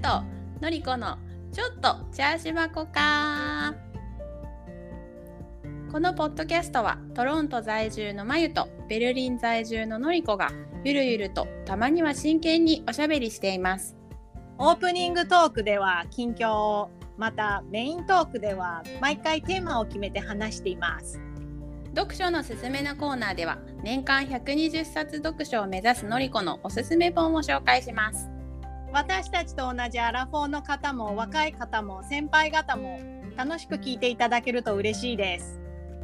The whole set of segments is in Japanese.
とのりこのちょっとチャーシュバコか。このポッドキャストはトロント在住のまゆとベルリン在住ののりこがゆるゆるとたまには真剣におしゃべりしています。 オープニングトークでは近況を、またメイントークでは毎回テーマを決めて話しています。 読書のすすめのコーナーでは年間120冊読書を目指すのりこのおすすめ本を紹介します。 私たちと同じアラフォーの方も若い方も先輩方も楽しく聞いていただけると嬉しいです。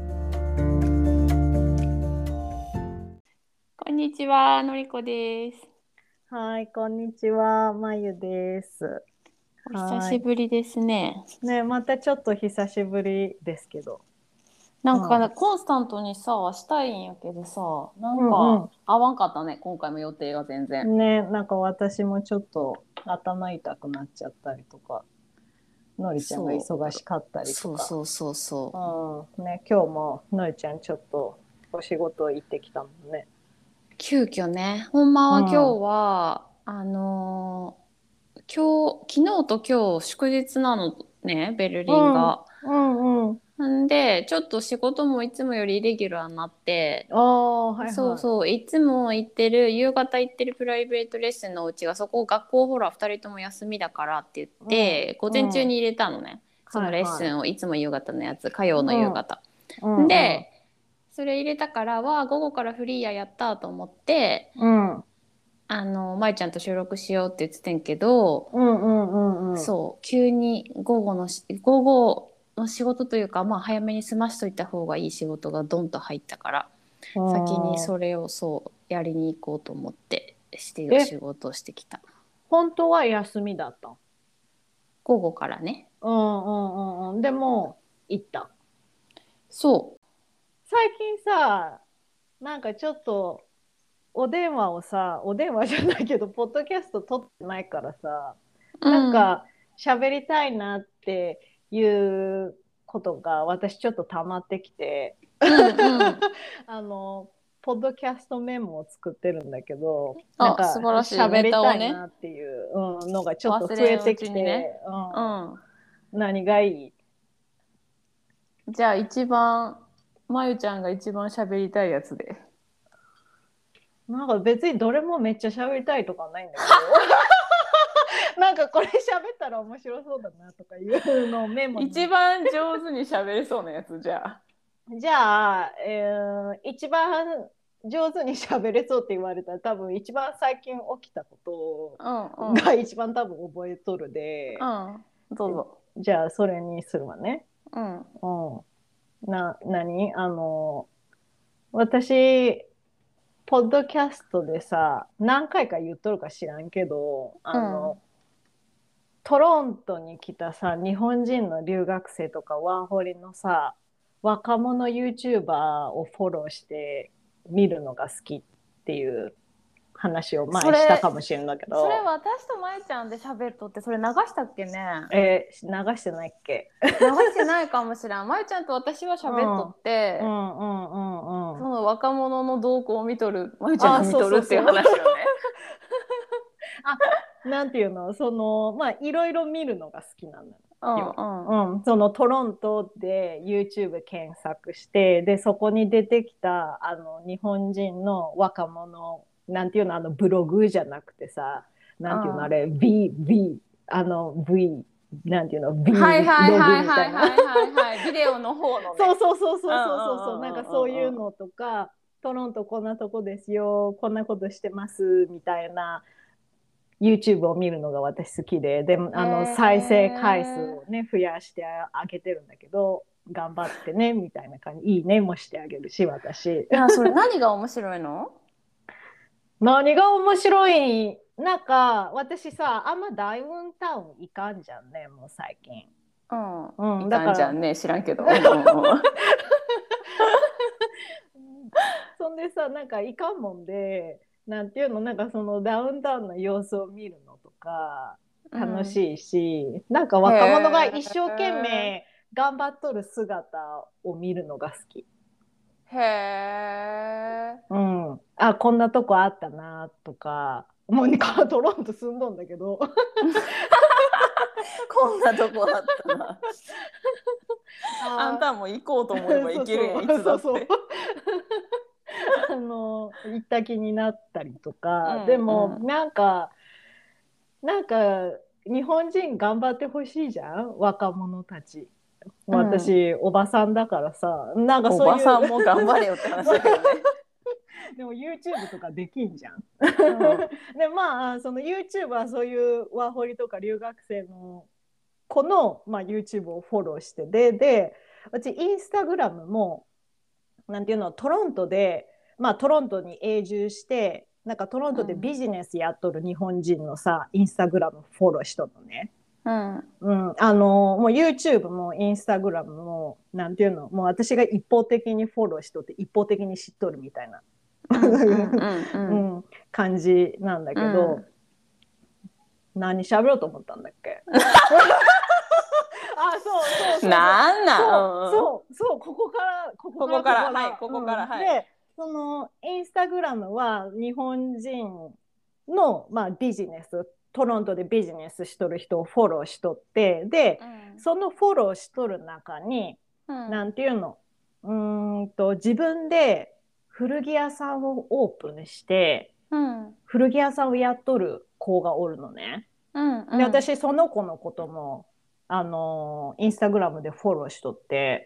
こんにちは、のりこです。 はい、こんにちは、まゆです。 お久しぶりですね。 ね、またちょっと久しぶりですけど。 なんか、コンスタントにさしたいんやけどさ、なんか、合わんかったね、今回も予定が全然。 ね、なんか私もちょっと頭痛くなっちゃったりとか、のりちゃんが忙しかったりとか。ね、今日ものりちゃんちょっとお仕事行ってきたもんね。 急遽ね、ほんまは今日は、昨日と今日祝日なのね、ベルリンが。んでちょっと仕事もいつもよりイレギュラーになって、そうそう、いつも夕方行ってるプライベートレッスンのうちが、そこ学校ほら2人とも休みだからって言って、午前中に入れたのね、そのレッスンを。いつも夕方のやつ、火曜の夕方、でそれ入れたからは午後からフリーやったと思って、まいちゃんと収録しようって言ってたんけど、そう急に午後の仕事というか、まあ早めに済ましといた方がいい仕事がドンと入ったから、先にそれをそうやりに行こうと思って仕事をしてきた。 本当は休みだった？ 午後からね。 でも行った。 そう。 最近さ、なんかちょっとお電話じゃないけどポッドキャスト撮ってないからさ、なんか喋りたいなっていうことが私ちょっと溜まってきて、ポッドキャストメモを作ってるんだけど、なんか喋りたいなっていうのがちょっと増えてきて、何がいい？ じゃあまゆちゃんが一番喋りたいやつで。 なんか別にどれもめっちゃ喋りたいとかないんだけどなんかこれ喋ったら面白そうだなとかいうのをメモに。 一番上手に喋れそうなやつ。じゃあ、一番上手に喋れそうって言われたら多分一番最近起きたことが一番多分覚えとるで、 どうぞ。 じゃあそれにするわね。私ポッドキャストでさ、何回か言っとるか知らんけど、トロントに来たさ、日本人の留学生とかワーホリのさ、若者 YouTuber をフォローして見るのが好きっていう話を前したかもしれんだけど。 それ私とまゆちゃんで喋るとって、それ流したっけね？ 流してないっけ？ 流してないかもしれん。まゆちゃんと私は喋っとって、その若者の動向を見とる、まゆちゃんが見とるっていう話よね。 なんていうの、まあいろいろ見るのが好きなんだよ。そのトロントで YouTube 検索して、でそこに出てきた日本人の若者、なんていうの、ブログじゃなくてさ、なんていうの、あれ V なんていうの、 V ログみたいなビデオの方のね。 そうなんかそういうのとか、トロントこんなとこですよ、こんなことしてますみたいな YouTube を見るのが私好きで、再生回数をね増やしてあげてるんだけど、頑張ってねみたいな感じ、いいねもしてあげるし、私。 それ何が面白いの？ 何が面白い？なんか私さ、あんまダウンタウン行かんじゃんね、もう最近。 行かんじゃんね、知らんけど。 そんでさ、なんか行かんもんで、なんていうの、なんかそのダウンタウンの様子を見るのとか楽しいし、なんか若者が一生懸命頑張っとる姿を見るのが好き。 へえ。 うん。あ、こんなとこあったなとか、もうね、トロント住んどんだけど。 こんなとこあったな。あんあたも行こうと思えば行そうけるやん、いそう、 つだそうそう。 って。 行った気になったりとか、でうんも、 うん。 なんか、日本人頑張ってほしいじゃん、若者たち。 うん。 私、おばさんだからさ、なんかおそういうばさんも頑張れよって話だけどね。 でも YouTube とかできんじゃん。 うん。 で、まあ、その YouTube はそういうワーホリとか留学生の子の、まあ、YouTube をフォローしてで、私、インスタグラムも、なんていうの、トロントで、まあ、トロントに永住して、なんかトロントでビうん。 ジネスやっとる日本人のさ、インスタグラムフォローしとるのね。 うん。 うん、もう YouTube もインスタグラムも、なんていうの、もう私が一方的にフォローしとって、一方的に知っとるみたいな、 うんうんうんううん。 ん、感じなんだうけど、 ん。 何喋ろうと思ったんだっけ？あ、そうそうそうそう。 なんなん、 そううんうん。 そうそう、ここから、ここから、 ここから、はい、 ここから。 ここから、 うん。 はい。 で、その、インスタグラムは日本人の、まあ、ビジネス、トロントでビジネスしとる人をフォローしとって、で、 うん。 そのフォローしとる中に、 うん。 なんていうの、自分で古着屋さんをオープンして、 うん。 古着屋さんをやっとる子がおるのね。 うんで、 うん。 私、その子のことも、インスタグラムでフォローしとって、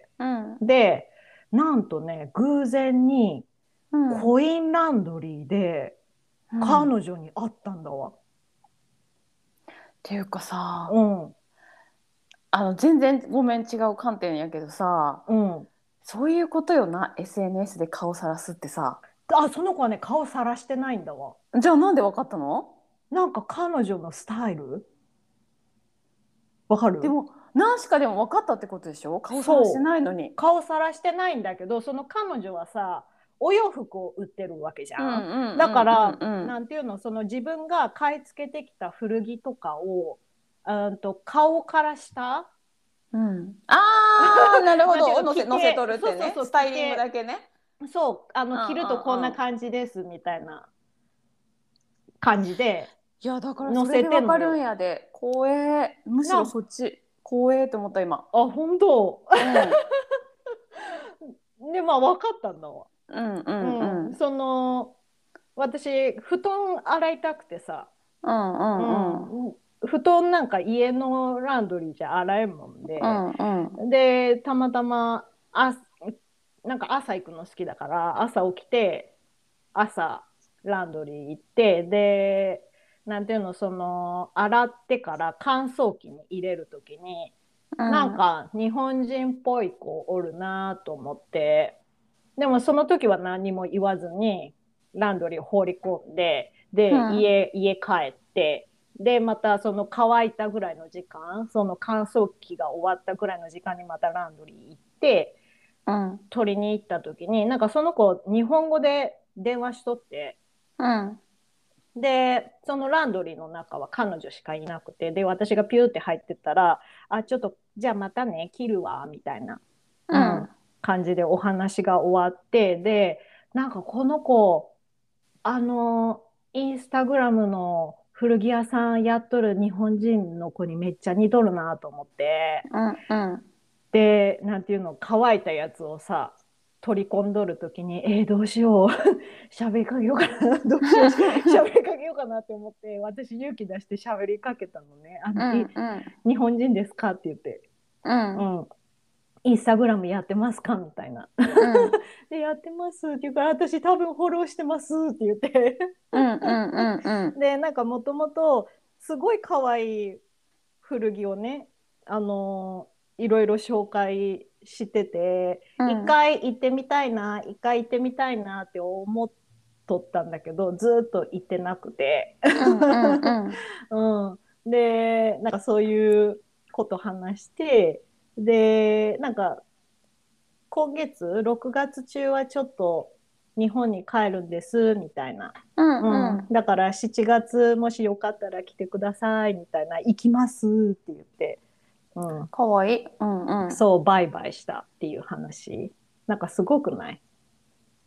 うん。 で、なんとね、偶然にうん。 コインランドリーでうん。っ彼女に会ったんだわ。 ていうかさ、 うん、 全然ごめん、違う観点やけどさ、 うん。 そういうことよな、SNS で顔さらすってさ。 あ、その子はね、顔さらしてないんだわ。 じゃあなんでわかったの？ なんか彼女のスタイルわかる？ でも、何しかでも分かったってことでしょ？顔さらしてそう。 ないのに。 顔さらしてないんだけど、その彼女はさ、お洋服を売ってるわけじうんうゃん。だかんうんら、 うんうん。 なんていうの、その自分が買い付けてきた古着とかを、顔からしたうん、あー、なるほど。 なんていうの、 乗せとるってね。 そうそうそう、 スタイリングだけね。 そう、 うんう着るとこんなんうん。 感じですみたいな感じでいや、だから載せそれでわかるんてんのよ。 やで。光栄。むしろなんそっち。光栄って思った今。 あ、本当。 うん。 で、まあ、分かったんだわ。 うんううんうん。 私、布団洗いたくてさ、 うんううんうん。 ん、布団なんか家のランドリーじゃ洗えんもんで、 うんうん。 で、たまたま、なんか朝行くの好きだから、朝起きて、朝、ランドリー行って、で、なんていうの、洗ってから乾燥機に入れるときに、なんうんか日本人っぽい子おるなと思って、でもその時は何も言わずに、ランドリー放り込んで、で、 うん家帰って、で、またその乾いたぐらいの時間、その乾燥機が終わったぐらいの時間にまたランドリー行って、 うん取りに行った時に、なんかその子、日本語で電話しとって、 うんで、そのランドリーの中は彼女しかいなくて、で、私がピューって入ってったら、あ、ちょっと、じゃあまたね、切るわ、みたいな、うん、 うん感じでお話が終わって、で、なんかこの子、インスタグラムの古着屋さんやっとる日本人の子にめっちゃ似とるなと思って、 うんうんで、なんていうの、乾いたやつをさ、取り込んどるときに、どうしよう。喋りかけようかな。どうしよう。喋りかけようかなって思って、私勇気出して喋りかけたのね。 うんうん日本人ですかって言って、 うんうん。インスタグラムやってますかみたいな。 うんで、やってますって言うから、私多分フォローしてますって言って。 うんうんうんうん。 で、なんかもともと、すごい可愛い古着をね、いろいろ紹介してて、一うん回行ってみたいな、一回行ってみたいなって思っとったんだけど、ずっと行ってなくて。 うんうんうん。 うん。で、なんかそういうこと話して、で、なんか今月、6月中はちょっと日本に帰るんです、みたいな。 うんうん。 うん。 だから7月もしよかったら来てください、みたいな。行きますって言って、うん。 かわいい。うんうん。 そう、バイバイしたっていう話。なんかすごくない？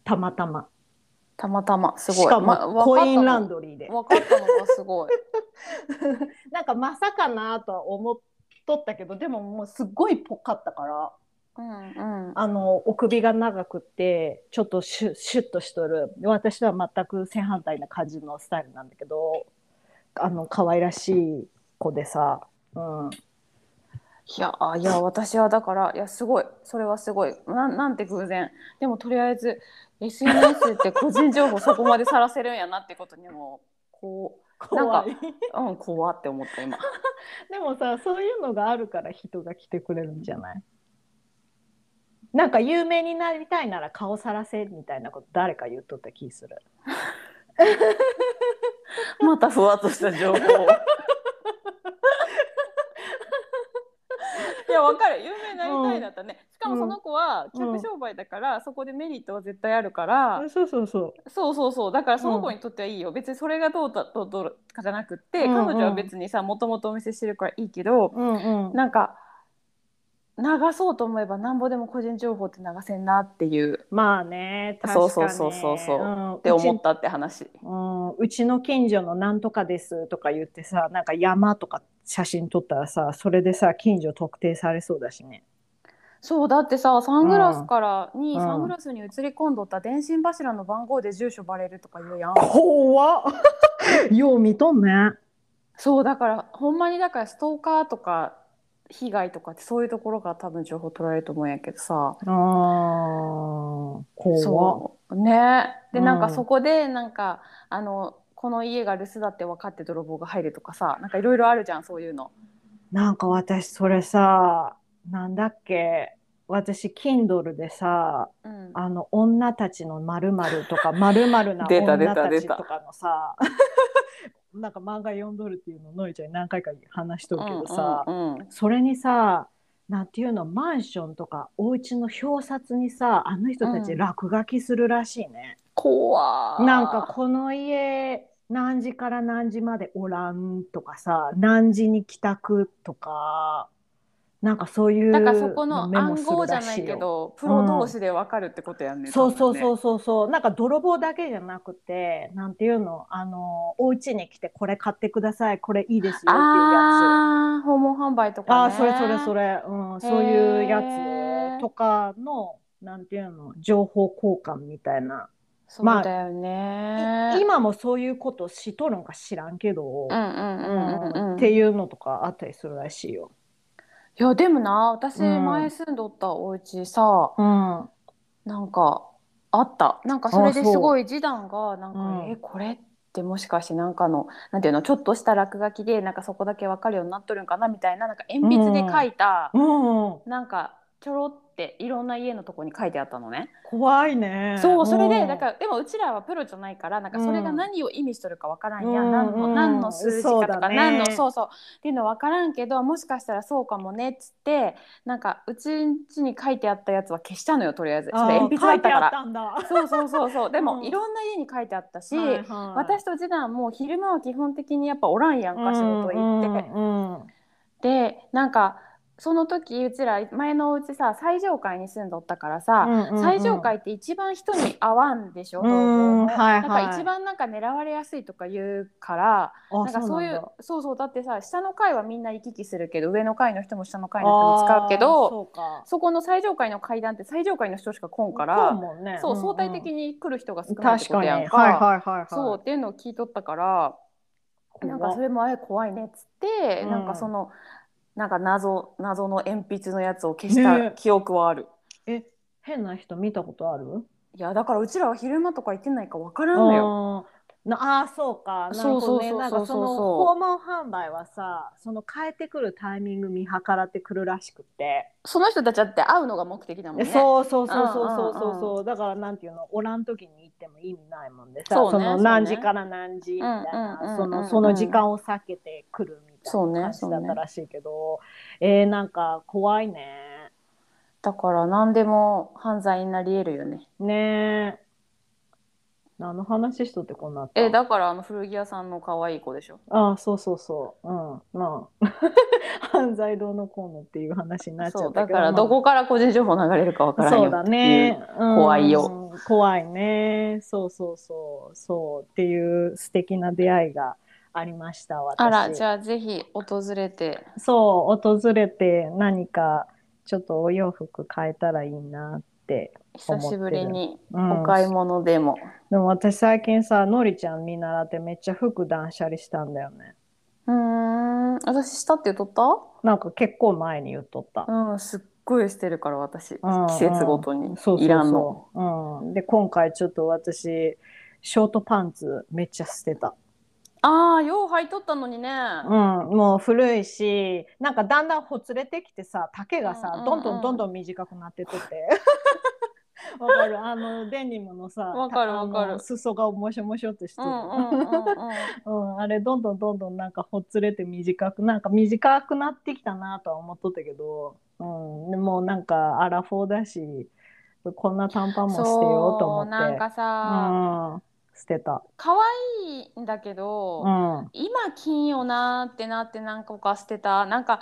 たまたま。 たまたま、すごい。 しかも、コインランドリーで。 分かったのがすごい。 なんかまさかなとは思っとったけど、でももうすっごいぽかったから、 うんうん、 お首が長くて、ちょっとシュッとしとる。私は全く正反対な感じのスタイルなんだけど、可愛らしい子でさ、うん。 いや、私はだから、いや、すごい。それはすごい。なんて偶然。でも、とりあえず、SNS って個人情報そこまで晒せるんやなってことにも、なんか、 怖い。 怖って思った今。 でもさ、そういうのがあるから人が来てくれるんじゃない？なんか有名になりたいなら顔さらせみたいなこと誰か言っとった気する。 またふわっとした情報。いや、わかる。有名になりたいだったね。しかもその子は客商売だから、そこでメリットは絶対あるから、 そうそうそう。 そうそうそう。だからその子にとってはいいよ。別にそれがどうかじゃなくって、彼女は別にさ、もともとお見せしてるからいいけど、なんか、流そうと思えばなんぼでも個人情報って流せんなっていう。 まあね、 そう確かそうそうそうそう、ってに。 思ったって話。 うちの近所のなんとかですとか言ってさ、なんか山とか写真撮ったらさ、それでさ、近所特定されそうだしね。 そうだってさ、サングラスからサングうん。 ラスに映り込んどった電信柱の番号で住所バレるとか言うやん。 怖っ。よう見とんね。 そうだからほんまにだからストーカーとか被害とかってそういうところから多分情報取られると思うんやけどさ。 ああ、怖っ。 そうね。でなんかそうん。 こでなんかこの家が留守だって分かって泥棒が入るとかさ、なんかいろいろあるじゃんそういうの。 なんか私それさ、なんだっけ、私 Kindle でさ、 うん、 女たちのまるまるとか、まるまるな出た出女た出た。 たちとかのさ、なんか漫画読んどるっていうのをのいちゃんに何回か話しとるけうんどさ、 うんうん。 それにさ、なんていうの、マンションとかお家の表札にさ、あの人たちうん、 落書きするらしいね。なんか怖この家何時から何時までおらんとかさ、何時に帰宅とか、なんかそういだからそうのこのメモする暗号じゃならしいよ。 いけどプうロ同ん。 士で分かるってことやんね多そう分ね。 そうそうそうそう。なんか泥棒だけじゃなくて、なんていうの、お家に来てこれ買ってください、これいいですよっていうやつ。 訪問販売とかああ、それそれそね。 れ、うん、 へそういうやつえ、 とかの、なんていうの、情報交換みたいな。まあ、 そうだよね。 今もそういうことしとるんか知らんけど、 うんうんううん、っんうんうん。 ていうのとかあったりするらしいよ。 いやでもな、私うん、うん、 前住んどったお家さ、 あなんかあった。なんかそあ、 れですごそい示談がなんう。うかん、 これってもしかしてなんかのなんていうの、ちょっとした落書きでなんかそこだけわかるようになっとるんかなみたいな、なんかう鉛筆でん、 書いた、 うん、 なんかちょろっていろんな家のとこに書いてあったのね。 怖いね。 そう、 うそれでだん、 からでもうちらはプロじゃないからなんかそれがうん、 何を意味しとるかわからうんやん、何のん、うん、 数字そうだかとか何の、そね。 うそうっていうのわからんけど、もしかしたらそうかもねっつって、なんかうちんちに書いてあったやつは消したのよとりあえず。それああ、 鉛筆だ書いてあっったから。 たんだ。 そうそうそうそう。でうもいん、 ろんな家に書いてあったし、 はいは私と次男も昼間は基本的にやっぱおらんやい。 んか、仕事うん、 行って。 うん、うん。 でなんかその時うちら前のお家さ最上階に住んどったからさ、 うんう最上んうん。 階って一番人に会わんでしょ、 う泥棒ーん、 も。 はいなんか一はい。 番なんか狙われやすいとか言うから、 あ、 なんかそういう、 そうなんだ。 そうそう、だってさ下の階はみんな行き来するけど上の階の人も下の階の人も使うけああ、 ど、 そうか。 そこの最上階の階段って最上階の人しか来んかこうら、 もんね。うそう相対ん的に来る人が少うん。 ないってことやん確かに。はいか。 はいはいはい。 そうっていうのを聞いとったから、なんか怖っ。 それも怖いねっつって、なんかそうん。 のなんか謎の鉛筆のやつを消したね記憶はある。 え。変な人見たことある？ いやだからうちらは昼間とか行ってないか分からんのよ。 あそうか。なるそうそうほどね。 そうそうそうなんかその訪そ問販売はさ、その帰ってくるタイミング見計らってくるらしくて。 う。その人たちだって会うのが目的だもんね。 そうそううんうそうそうそうそうんうん。 そう。だからなんていうの、おらん時に行っても意味ないもんでさ、 そうそのねそうね。 何時から何時うんうみたいな、 んうんその時うんうん。 間を避けてくるみたいそうな感じだったねそうね。 らしいけど、なんか怖いね。 だから何でも犯罪になり得るよね。 ねえ。 何の話しとってこうなった？ だから古着屋さんの可愛い子でしょ。 ああ、そうそうそう。うん。まあ、犯罪どうのこうのっていう話になっちゃそう、 ったけど、 だからどまこから個人情報流れるかわかあ、そうだらんよっていうね。 怖いよ。 うん。怖いね。そうそうそう。そうっていう素敵な出会いがありました、 あら、じ私。 ゃあぜひ訪れて。 そう、訪れて何かちょっとお洋服変えたらいいなって久しぶ思ってる。 りにうん。 お買い物でも。 でも私最近さ、のりちゃん見習ってめっちゃ服断捨離したんだよね。 私したって言っとった？ なんか結構前に言っとった。 うん、すっごいしてるから私。 う季節ごんとに。 うん。そういそうらんの。 そう。うん。で、今回ちょっと私、ショートパンツめっちゃ捨てた。 ああ、よう履いとったのにね。 うん、もう古いし、なんかだんだんほつれてきてさ、丈うがさ、どんどんどんんうんどん短くなってとって。わかる、デニムのうん。 さ、 わかるわかる。 裾がもしょもしょってしとる。 うんうんうんうん。 うん、あれどんどんどんどんなんかほつれてなんか短くなってきたなとは思っとったけど、うん、でもなんかアラフォーだし、こんな短パンも捨てようと思そう、 って、 なんかうさ、 ん、捨てた。 可愛いんだけど、 うん、うん、 今金よなってなって何個か捨てた。なんかうん、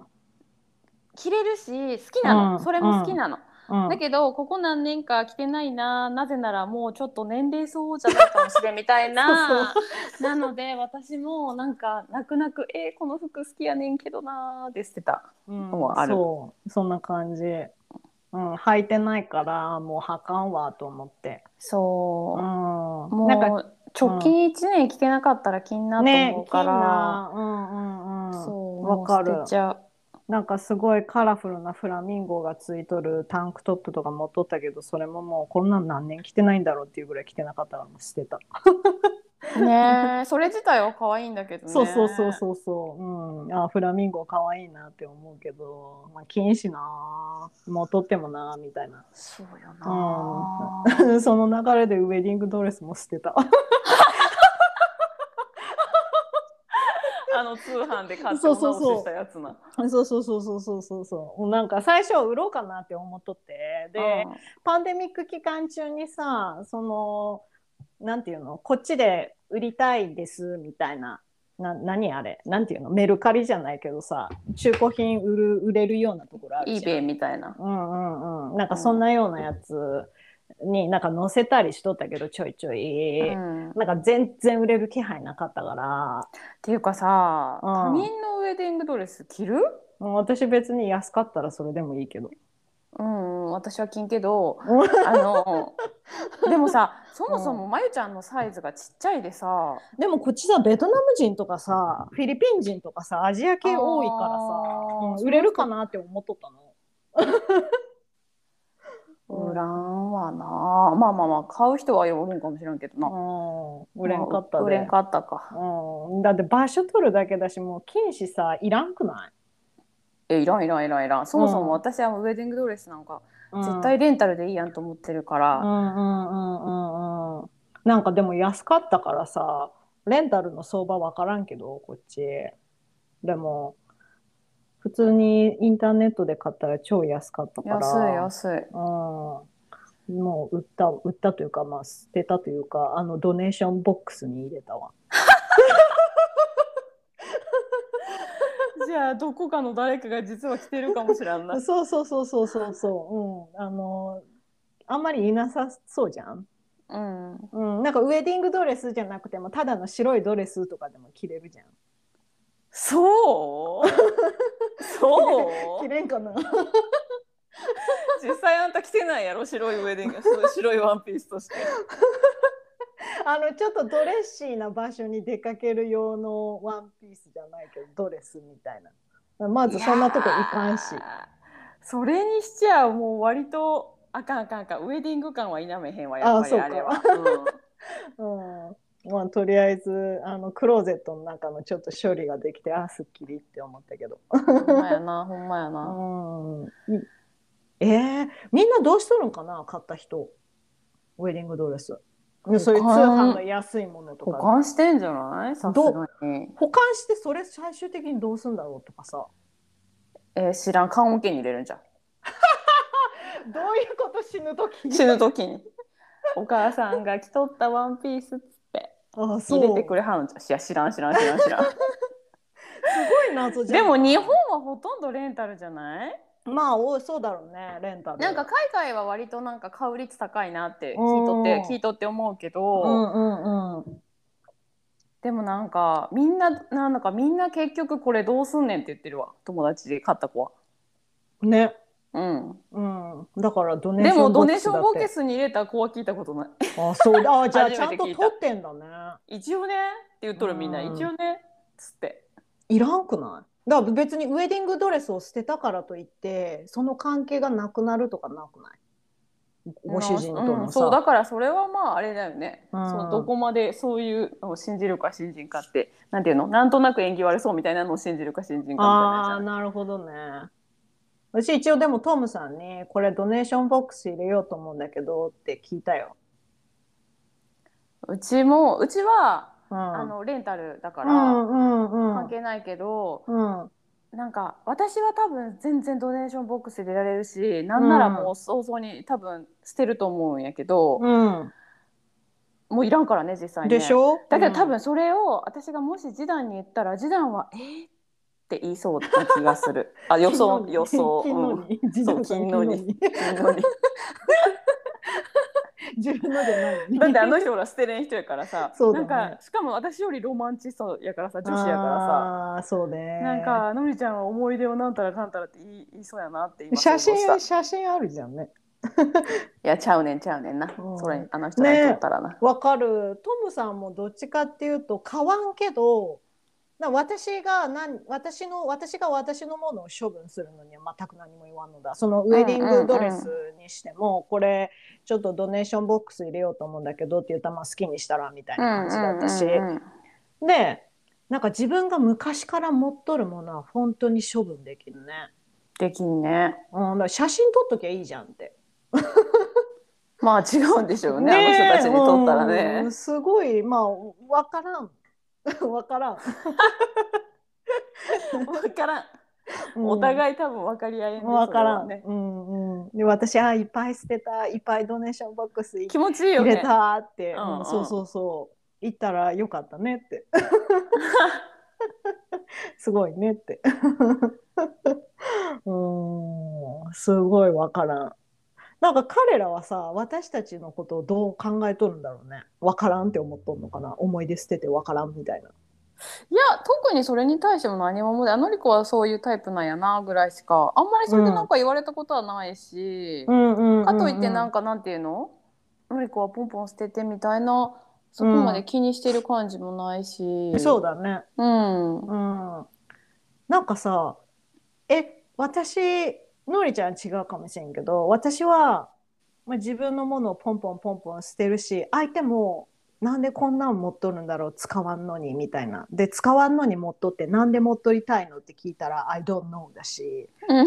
着れるし好きうなの、それも好きん、 なの。 うん。 だけどここ何年か着てないな、なぜならもうちょっと年齢相応じゃないかもしれんみたいそうそう。 な。なので私もなんか泣く泣くこの服好きやねんけどなーって捨てたのうん、 もある。 そう、そんな感じ。うん、履いてないから、もう履かんわと思って。うそん、 う、 なんか、 もううん、 直近1年着てなかったら着んなと思ね、 うか金ら、 な、うんうんうん、 そう、 わもう捨てかる。 ちゃう。 なんかすごいカラフルなフラミンゴがついとるタンクトップとか持っとったけど、それももうこんなん何年着てないんだろうっていうぐらい着てなかったからもう捨てた。 ねえ、それ自体は可愛いんだけどそうそうそうね。 そうそう。うん。あ、フラミンゴ可愛いなって思うけど、まあ、禁止な。もう取ってもな、みたいな。 そうようん。 な。 その流れでウェディングドレスも捨てた。 通販で買ってそうお直ししたそうそやつな。 う。そうそうそうそうそうそうそう。なんか最初は売ろうかなって思っとって。で、 うん。 パンデミック期間中にさ、なんていうの、こっちで売りたいですみたいな。何あれなんていうの、メルカリじゃないけどさ、中古品売れるようなところあるじゃ eBay ん。 みたいな。 うんうんうん。なんかそんうん。 なようなやつになんか載せたりしとったけど、ちょいちょい。 うん。っなんか全然売れる気配なかったから、 ていうかさ、他うん。 人のウェディングドレス着る？ 私別に安かったらそれでもいいけど。 うん、私は着んけど、 うん。 あの、でもさ、そもそもまゆちゃんのサイズがちっちゃいでさ、 でもこっちさ、ベトナム人とかさ、フィリピン人とかさ、アジア系多いからさ、売れるかその人なって思っとったの。 売らんわな。まあまあまあ、買う人はおるんかもしれんけどな。 売れんかまあ、 ったで。 売れんかったか。 だって場所取るだけだし、もう禁止さ、いらんくない？ いらんいらんいらんいらん。そもそもうん。 私はウェディングドレスなんかうん。 絶対レンタルでいいやんと思ってるかうんうら。 んうんうんうん。なんかでも安かったからさ、レンタルの相場わからんけど、こっち。でも、普通にインターネットで買ったら超安かったから、 安い安い。 もう売ったというか、まあ捨てたというか、ドネーションボックスに入れたわ。 じゃあどこかの誰かが実は着てるかもしれんな。 そうそうそうそうそうそう、あんまりいなさそうじゃん。 うん。 うん、なんかウェディングドレスじゃなくても、ただの白いドレスとかでも着れるじゃん。 そう着そうれんかな。 実際あんた着てないやろ、白いウェディング、白いワンピースとして。 ちょっとドレッシーな場所に出かける用のワンピースじゃないけど、ドレスみたいな。まずいやそんなとこ行かんし。 それにしちゃもう割とあかんあかんあかん。ウェディング感は否めへんわ、やっああ、 ぱりそうか。 あれは。うん。 まあ、とりあえず、クローゼットの中のちょっと処理ができて、すっきりって思ったけど。 ほんまやな、ほんまやうな。 ん。みんなどうしとるんかな、買った人。ウェディングドレス。 保そういう通販の管、 安いものと保か。 管してんじゃないさすがに。 保管してそれ最終的にどうすんだろうとかさ。 知らん、棺桶に入れるんじゃん。 どういうこと？死ぬ時に。 死ぬ時に。 お母さんが着とったワンピースっつってあ、 入れてそう。 くれはんの。いや知らん。 すごい謎じゃでも日本なはほとんどレンタルじゃない？ い？まあ、そうだろうね、レンタル。 なんか海外は割となんか買う率高いなってうん聞いとって思うけうど、 んうんでもなんかみんななんだかみんな結局これどうすんねんって言ってるわ、友達で買った子は。 うん。ね。 うん。 うん。だからドネーでションボックもドネーションスだって。 ボックスに入れた子は聞いたことない。 あ、そうだ。あ、じゃあ初ちゃんとめて聞いた。 取ってんだね。 一応ねって言っうとるみんな一応ん。 ねっつって。 いらんくない？だから別にウェディングドレスを捨てたからといって、その関係がなくなるとかなくない？ご主人とうん、そうのさ。 だからそれはまああれだよね。 うそうどこん。 までそういうのを信じるか信じんかってなんていうの、なんとなく縁起悪そうみたいなのを信じるか信じんかみたいなやつじああ、 ゃない。 なるほどね。私一応でもトムさんにこれドネーションボックス入れようと思うんだけどって聞いたよ。 うちはうんレンタルだかうらんうん関係ないけど、 うんなんか私は多分全然ドネーションボックス入れられるし、なうんならもんう早々に多分捨てると思うんやけど、 うんもういらんからね実際ね。 でしょ？ だけど多分それを私がもし示談に言ったら示談はって言いそうな気がする。あ、予想、うん。 金のにジダそう、 ンさん金のに。 金のに金のに。 自分のじゃないのにだってあの人ら捨てれん人やからさ、なんか、 そうだね。 しかも私よりロマンチストやからさ、女子やからさ、 ああ、そうなんね。 か、のりちゃんは思い出をなんたらかんたらって言いそうやなって今想像した。 写真あるじゃんね。 いや、ちゃうねんな。それ、あのうん、 人らにとっね、 たらな。 わかる。トムさんもどっちかっていうと買わんけど、私が私のものを処分するのには全く何も言わんのだ。そのウうんェディングドレスうんうん。 にしても、これちょっとドネーションボックス入れようと思うんだけどって言ったら、まあ好きにしたらみたいうな感じだっんうんうたし。 んうん。 で、なんか自分が昔から持っとるものは本当に処分できるね。 できんね。 うん、だから写真撮っときゃいいじゃんって。 まあ違うんでしょうね、あの人たねえ、 ちにとったらうん、 ね。 すごい、まあ、わからん。わからん。 わからん。 うおん。 互い多分分かり合えんで、そわからん。 れはね。 うんうん。で、私、いっぱい捨てた、いっぱいドネーションボックス入気持ちいいよれね。 たって、 うんうん、そううん。 そうそう。言ったらよかったねって。すごいねって。うん、すごいわからん。なんか彼らはさ、私たちのことをどう考えとるんだろうね。わからんって思っとんのかな。思い出捨ててわからんみたいな。 いや、特にそれに対しても何も思うで、あのりこはそういうタイプなんやなぐらいしか、あんまりそれでなんうん。 か言われたことはないし、 うんうんかといってうんうん。 なんかなんていうの、のりこはポンポン捨ててみたいな、そこまでうん。 気にしてる感じもないし、 そうだね。 うん。 うん。なんかさ、私、のりちゃん違うかもしれんけど、私は、まあ、自分のものをポンポンポンポン捨てるし、相手も、なんでこんなん持っとるんだろう、使わんのに、みたいな。で、使わんのに持っとって、なんで持っとりたいのって聞いたら、I don't know だし。 うん。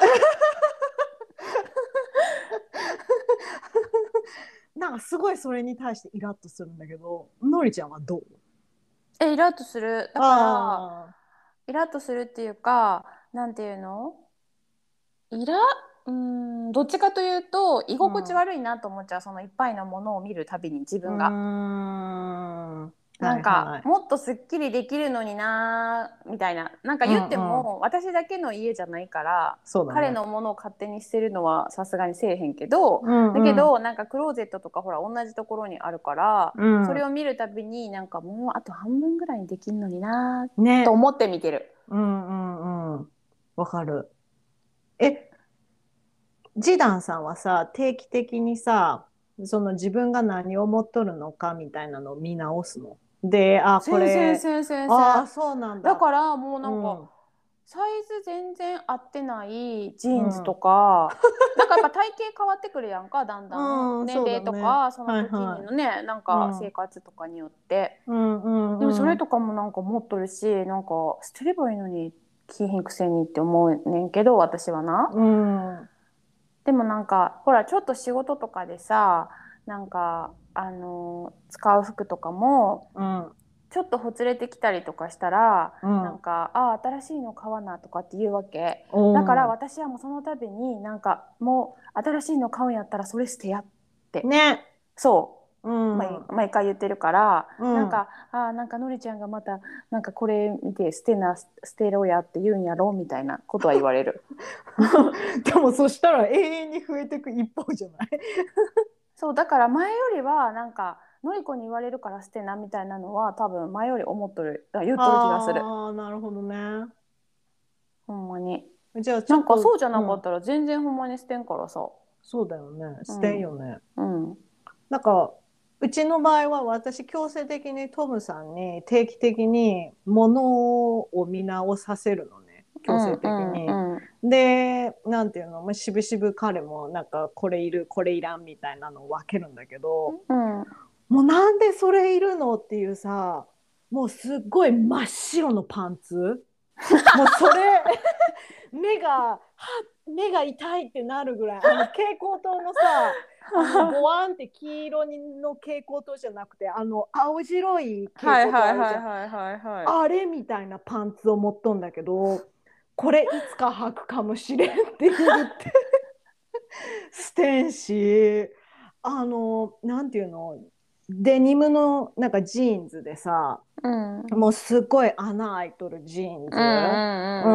なんかすごいそれに対してイラッとするんだけど、のりちゃんはどう？ イラッとする。だから、 ああイラッとするっていうか、なんていうの、イラどっちかというと居ー、うん。 心地悪いなと思っちゃう、そのいっぱいのものを見るたびに自うー分がん。はいなんかはい。 もっとすっきりできるのになみたいな、なんかう言ってんうん。 も私だけの家じゃないからそうだね。 彼のものを勝手に捨てるのはさすがにせえへんけど、 うんうん。 だけどなんかクローゼットとかほら同じところにあるからうん。 それを見るたびになんかもうあと半分ぐらいにできるのになとね。 思って見てる。 うんうんうん。わかる。え、ジダンさんはさ、定期的にさ、その自分が何を持っとるのかみたいなのを見直すの？で、これ、 せん。 そうなんだ。 だからもうなんかうん。 サイズ全然合ってないジーンズとうん。 か、なんかやっぱ体型変わってくるやんか、だんだんうん、そうだ年齢とね。 かそのはい時はのね、なんい。うか生ん。 活とかによって。 うんうでもそんうん。 れとかもなんか持っとるし、なんか捨てればいいのに着ひんくせにって思うねんけど私はな。 うん。 でもなんかほらちょっと仕事とかでさ、なんか使う服とかもうん。 ちょっとほつれてきたりとかしたら、 うん。 なんか新しいの買わなとかって言うわけ。 おだからー。 私はもうその度になんかもう新しいの買うんやったらそれ捨てやってね。 そう、 うん毎回言ってるから、 うんなんかなんかのりちゃんがまたなんかこれ見て捨てろやって言うんやろみたいなことは言われる。 でもそしたら永遠に増えていく一方じゃない？ そうだから前よりはなんかのりこに言われるから捨てなみたいなのは多分前より思っとる、言っとる気がする。 ああ、なるほどね。 ほんまに。 じゃあちなんかょっと、 そうじゃなかっうん、 たら全然ほんまに捨てんからさ。 そうだよね。捨てんうんよね。 うん。 なんか、うちの場合は私強制的にトムさんに定期的に物を見直させるのね。強制うんう的に。 んうん。 で、なんていうの、まあ、しぶしぶ彼もなんかこれいる、これいらんみたいなのを分けるんだけど、 うん。 もうなんでそれいるのっていうさ、もうすっごい真っ白のパンツ。もうそれ目が痛いってなるぐらい、蛍光灯のさ、ボワンって黄色の蛍光灯じゃなくて、青白い蛍はい光灯はいはいあるじゃん。 はいはいはい。 あれみたいなパンツを持っとんだけど、これいつか履くかもしれんって言ってステンシー、なんていうの、デニムのなんかジーンズでさ、 うんうんもうすっごい穴開いとるジーンズ。 うんううん、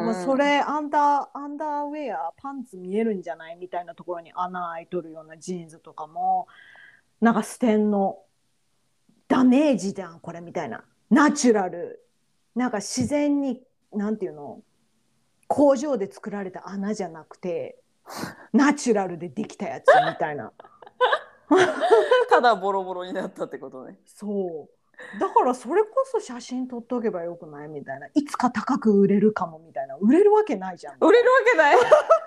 もうんうんうん。 それアンダーウェア、パンツ見えるんじゃないみたいなところに穴開いとるようなジーンズとかも、なんかステンのダメージじゃん、これみたいな。ナチュラル。なんか自然に、なんていうの、工場で作られた穴じゃなくて、ナチュラルでできたやつみたいな。 ただボロボロになったってことね。 そう。だからそれこそ写真撮っとけばよくないみたいな。いつか高く売れるかもみたいな。売れるわけないじゃんみ売れるたいな。 わけない。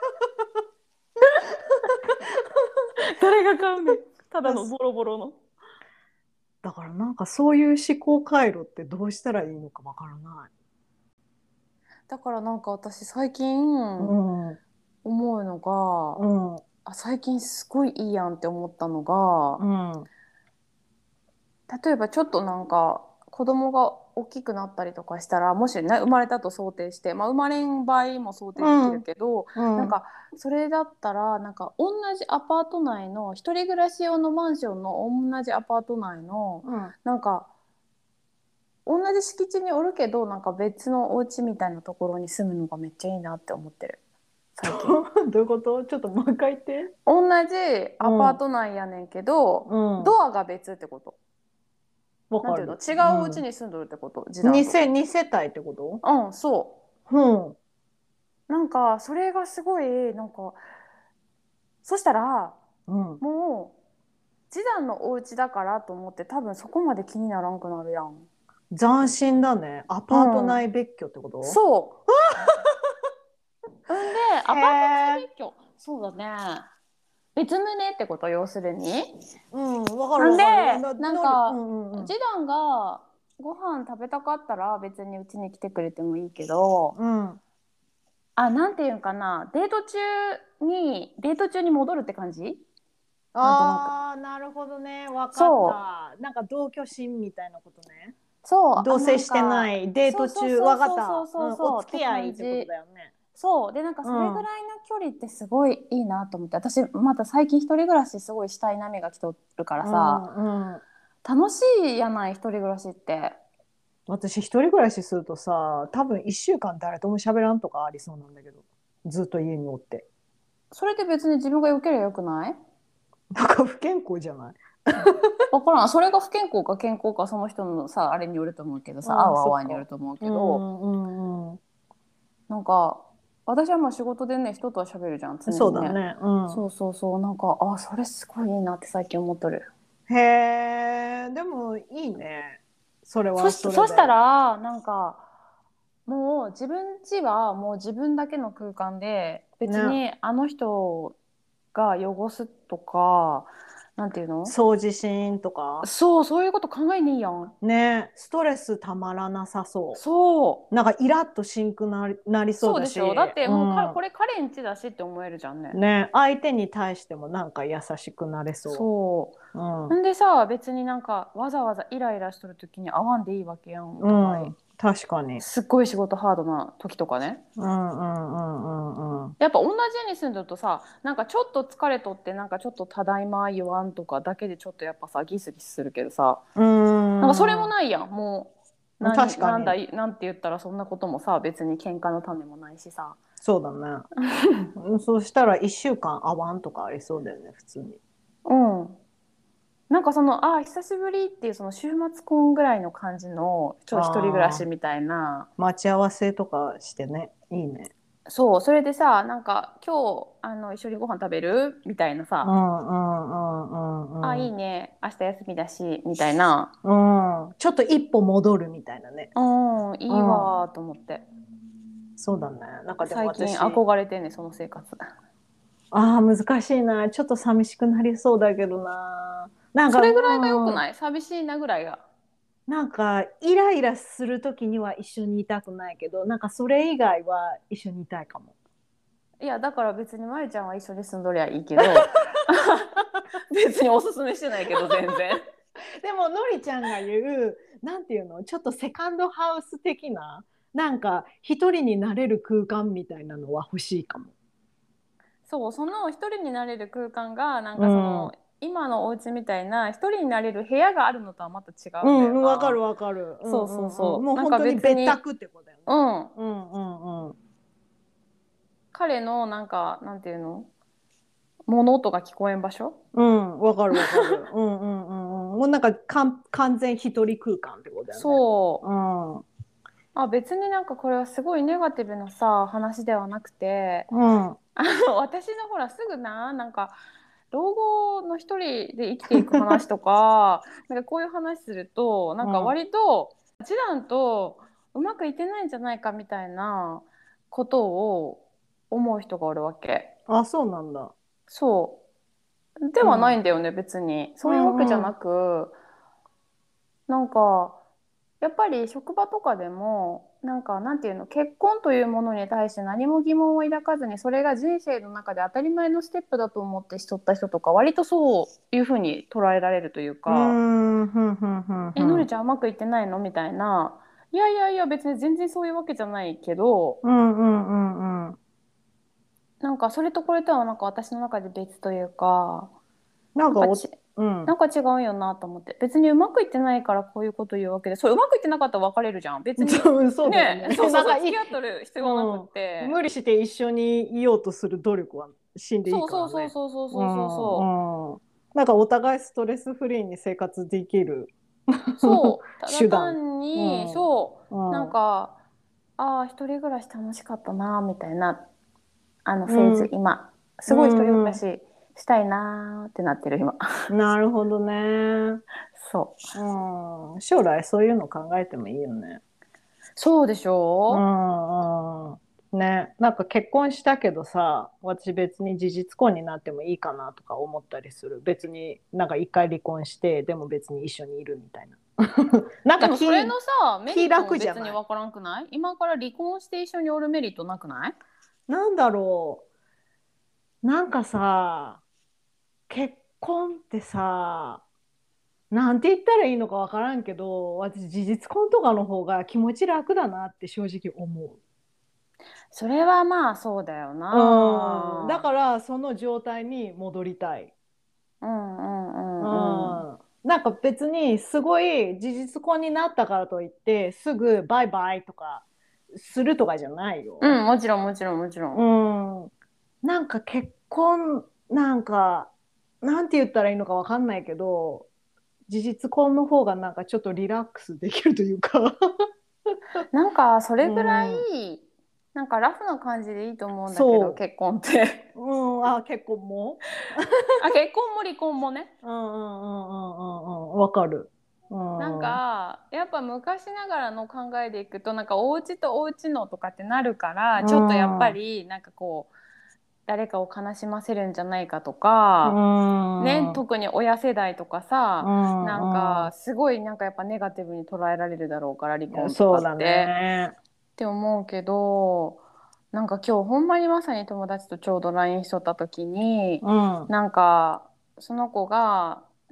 誰が買うねん。ただのボロボロの。 だからなんかそういう思考回路ってどうしたらいいのかわからない。 だからなんか私最近うん。うん。 思うのが、 う最近すごいいいやんって思ったのが、 ん。 例えばちょっとなんか子供が大きくなったりとかしたら、もしね生まれたと想定して、生まれん場合も想定できるうん。 けど、 うん。 なんかそれだったらなんか同じアパート内の一人暮らし用のマンションの同じアパート内のうん。 なんか同じ敷地におるけどなんか別のお家みたいなところに住むのがめっちゃいいなって思ってる最近。 どういうこと？ちょっともう一回言って。 同じうん。 アパート内やねんけどうん。 ドアが別ってこと。なんていうの、 わかる。 違うお家うん。 に住んどるってこと、示談と。 二世帯ってこと？ うんそうん。 う。なんかそれがすごいなんか、そしたらうん。 もう示談のお家だからと思って多分そこまで気にならんくなるやん。 斬新だね。アうパート内ん別居ってこと？ そう。んでアパートへえ。 内別居、そうだね、別棟ってこと要するに。 うん、わかるんでわかる。 なんうかんうん示談がご飯食べたかったら別にうちに来てくれてもいいけど、 うん。うん。 なんていうんかな、デート中に戻るって感じ。なんとなく。 ああ、なるほどね。わかっそう。 た。なんか同居心みたいなことね。 そう、なん同棲してなか、 い。デーそうそうト中。 そうそうそうわかった。うん。おそうそうって付き合い感じ。 ってことだよね。 そう。で、なんかそれぐうん。 らいの距離ってすごいいいなと思って。私、また最近一人暮らしすごいしたい波が来とるからうさ、 んうん。 楽しいやない、一人暮らしって。 私一人暮らしするとさ、多分一週間誰とも喋らんとかありそうなんだけど。ずっと家におって。 それで別に自分が良ければよくない？ なんか不健康じゃない？ わからん。それが不健康か健康かその人のさ、あれによると思うけどさ、合ああ、 う合そっか。 わんによると思ううけど、 んうんなんか私はまあ仕事でね人とは喋るじゃんうん。 常にね。 そうだね。うそうそうそう、なんかそれすごいいいなって最近思っとる。 ん。へえ、でもいいね。それはそしたそれで。 らなんかもう自分家はもう自分だけの空間で別ね。 にあの人が汚すとか、なんていうの、 掃除シーンとか。 そういうこと考えにいいやん。 ね。ストレスたまらなさそそうう。なんかイラッとしんくなりそうだし。 そうでしょ。だってうもうん。 これ彼ん家だしって思えるじゃんね。 ね。相手に対してもなんか優しくなれそそううんんでさ、別になんかわざわざイライラしとる時に会わんでいいわけやん、おう互い。 ん、確かに。 すっごい仕事ハードな時とかね。 うんうんうんうんうん。 やっぱ同じ家に住んでるとさ、なんかちょっと疲れとってなんかちょっとただいま言わんとかだけでちょっとやっぱさギスギスするけどさ、 うーなんかそれもん、 ないやん。もうなんだ確かに。 なんて言ったらそんなこともさ別に喧嘩の種もないしさ。 そうだね。そうしたら1週間会わんとかありそうだよね、普通に。 うん。なんかその久しぶりっていうその週末婚ぐらいの感じの一人暮らああ、 しみたいな。 待ち合わせとかしてね。いいね。 そう、それでさ、なんか今日一緒にご飯食べるみたいなうさ。 んうんうんうんうん。 いいね、明日休みだしみたいな。 うん。ちょっと一歩戻るみたいなね。 うん、いいうん。 わーと思って。 そうだね。なんかでも最近私、 憧れてんね、その生活。 ああ、難しいな。ちょっと寂しくなりそうだけどな。なんそか、 れぐらいが良くうん。 ない？寂しいなぐらいが。 なんか、イライラするときには一緒にいたくないけど、なんかそれ以外は一緒にいたいかも。 いや、だから別にまゆちゃんは一緒に住んどりゃいいけど、別におすすめしてないけど、全然。 でも、のりちゃんが言う、なんていうの、ちょっとセカンドハウス的な、なんか一人になれる空間みたいなのは欲しいかも。 そう、その一人になれる空間が、なんうん。 かその、今のお家みたいな一人になれる部屋があるのとはまた違うんだようん、わかるな。 わかる。うそうんうんうん。 そうそう。なんかもう本当に別に、 別宅ってことだよね。 うん。 うんうんうん。 彼のなんか、なんていうの、物音が聞こえん場所。 うん、わかるわかる。うんうんうんうん。もうなんか完全一人空間ってことだよね。 そう。 うん。うん。 別になんかこれはすごいネガティブなさ、話ではなくて、私のほらすぐなんか老後の一人で生きていく話とか、なんかこういう話するとなんかうん。 割と次男とうまくいってないんじゃないかみたいなことを思う人がおるわけ。 あ、そうなんだ。 そうではないうん。 んだよね、別にうそういうわけじゃなんうん。 く、なんかやっぱり職場とかでもなんかなんていうの、結婚というものに対して何も疑問を抱かずにそれが人生の中で当たり前のステップだと思ってしとった人とか割とそういうふうに捉えられるといううーか、 ん、ふんふんふんふのりん。 ちゃんうまくいってないのみたいな。いやいやいや別に全然そういうわけじゃないけど、 うんうんうんうん。 なんかそれとこれとはなんか私の中で別というか、 なんかなんかちうん。 なんか違うよなと思って。別にうまくいってないからこういうこと言うわけで、そううまくいってなかったら別れるじゃん別に。 そうだよね。 ね、そうそうそう、 なんか付き合っとる必要はなくっうん。 て。 無理して一緒にいようとする努力は死んでいいそうそうそうからね。 そうそううそうそうそう。 んうん。なんかお互いストレスフリーに生活できるそう、ただ手段。 単に、 うん。 そう、なんうん。 か、一人暮らし楽しかったな、みたいな、 うフェーズ、 ん。 今。 うすごい一人暮らんうししたいなってなってる、今。 ん。なるほどね。 そう。 うん。将来そういうの考えてもいいよね。 そうでしうょ？ んうん。ね。なんか結婚したけどさ、私別に事実婚になってもいいかなとか思ったりする。別になんか一回離婚して、でも別に一緒にいるみたいな。なんかでもそれのさ、メリ気ットも楽じゃない？ 別にわからんくない？今から離婚して一緒におるメリットなくない？ なんだろう。なんかさ、結婚ってさ、なんて言ったらいいのかわからんけど、私事実婚とかの方が気持ち楽だなって正直思それはまあそうだよう。うん。だな。 からその状態に戻りたい。 うんうんううんうん。 ん。なんか別にすごい事実婚になったからといってすぐバイバイとかするとかじゃないよ。 うん、もちろんもちろんもちろうん。 ん。なんか結婚なんかなんて言ったらいいのかわかんないけど事実婚の方がなんかちょっとリラックスできるというかなんかそうれぐらん。 いなんかラフな感じでいいと思うんだけど、 そ結婚って。 う。うん。あ、結婚も結婚も離婚もね。 うんうんうんうんうんうん。わかる。うなんん。 かやっぱ昔ながらの考えでいくとなんかお家とお家のとかってなるかうら、ちょっとやっぱん。 りなんかこう誰かを悲しませるんじゃないかとうかね、 ん。うん。 特に親世代とかうさ、なんん。うかすごいなんかやっぱネガティブに捉えられるだろうから離ん。 婚とかそうだってね。 って思うけど、なんか今日ほんまにまさに友達とちょうど LINE しとった時に、 うん。 なんかその子が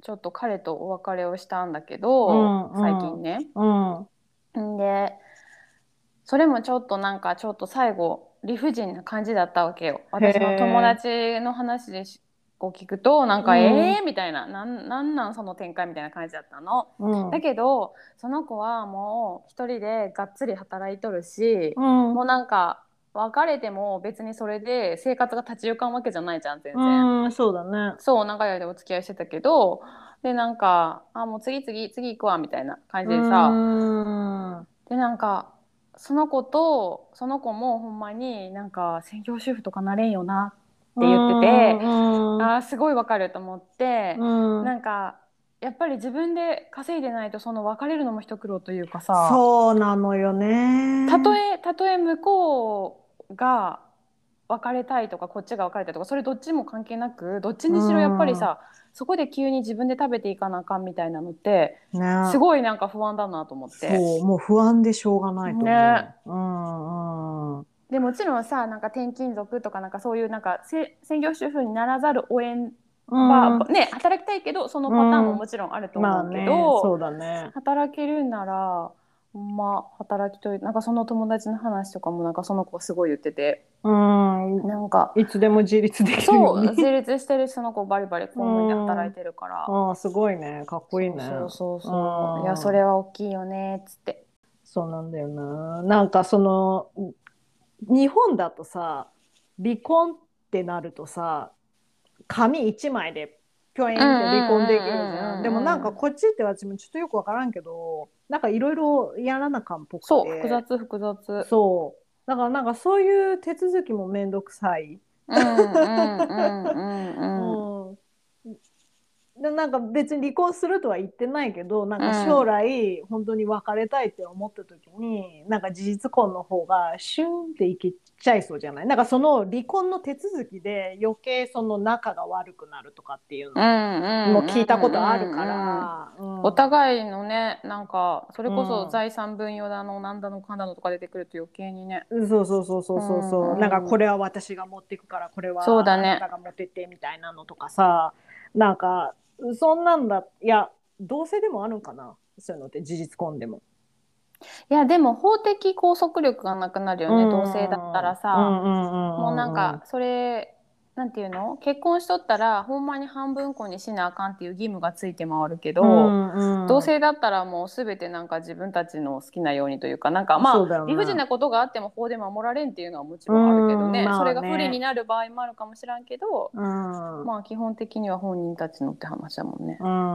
ちょっと彼とお別れをしたんだけど、最近ね。でそれもちょっとなんかちょっと最後理不尽な感じだったわけよ。私の友達の話でこう聞くとなんかみたいな、なんその展開みたいな感じだったの。だけどその子はもう一人でがっつり働いとるし、もうなんか別れても別にそれで生活が立ち行かんわけじゃないじゃん全然。 そうだね。 そう長い間お付き合いしてたけど、でなんかもう次行くわみたいな感じでさ、でなんかその子もほんまになんか専業主婦とかなれんよなって言ってて、すごいわかると思って、なんかやっぱり自分で稼いでないとその別れるのも一苦労というかさ、 そうなのよね。 たとえ向こうが別れたいとかこっちが別れたいとかそれどっちも関係なくどっちにしろやっぱりさ、そこで急に自分で食べていかなあかんみたいなのって、すごいなんか不安だなと思って。 そうもう不安でしょうがないと思う。 ね。でもちろんさなんか転勤族とかなんかそういうなんか専業主婦にならざるを得はね働きたいけどそのパターンももちろんあると思うけど、 そうだね、 働けるなら働きとなんかその友達の話とかもなんかその子すごい言ってて、なんかいつでも自立できるように。 そう自立してるその子バリバリ公務員で働いてるから、 すごいね、かっこいいね。 いやそれは大きいよねっつって。 そうなんだよな。なんかその日本だとさ離婚ってなるとさ紙一枚でピョインって離婚できるじゃん。でもなんかこっちって私もちょっとよくわからんけどなんかいろいろやらなかんっぽくて、 そう複雑そうだからなんかそういう手続きもめんどくさい。でなんか別に離婚するとは言ってないけどなんか将来本当に別れたいって思った時に、なんか事実婚の方がシュンっていけちゃいそうじゃない。なんかその離婚の手続きで余計その仲が悪くなるとかっていうのも聞いたことあるから、 お互いのねなんかそれこそ財産分与だのなんだのかんだのとか出てくると余計にね、 そうなんかこれは私が持っていくからこれはあなたが持ってってみたいなのとかさ、なんかそんなんだ、いや同性でもあるんかなそういうのって事実婚でも。 いやでも法的拘束力がなくなるよね、同性だったらさ。もうなんかそれなんていうの、結婚しとったらほんまに半分こにしなあかんっていう義務がついて回るけど、同性だったらもう全てなんか自分たちの好きなようにというか、なんか理不尽なことがあっても法で守られんっていうのはもちろんあるけどね、それが不利になる場合もあるかもしらんけど、まあ基本的には本人たちのって話だもんね。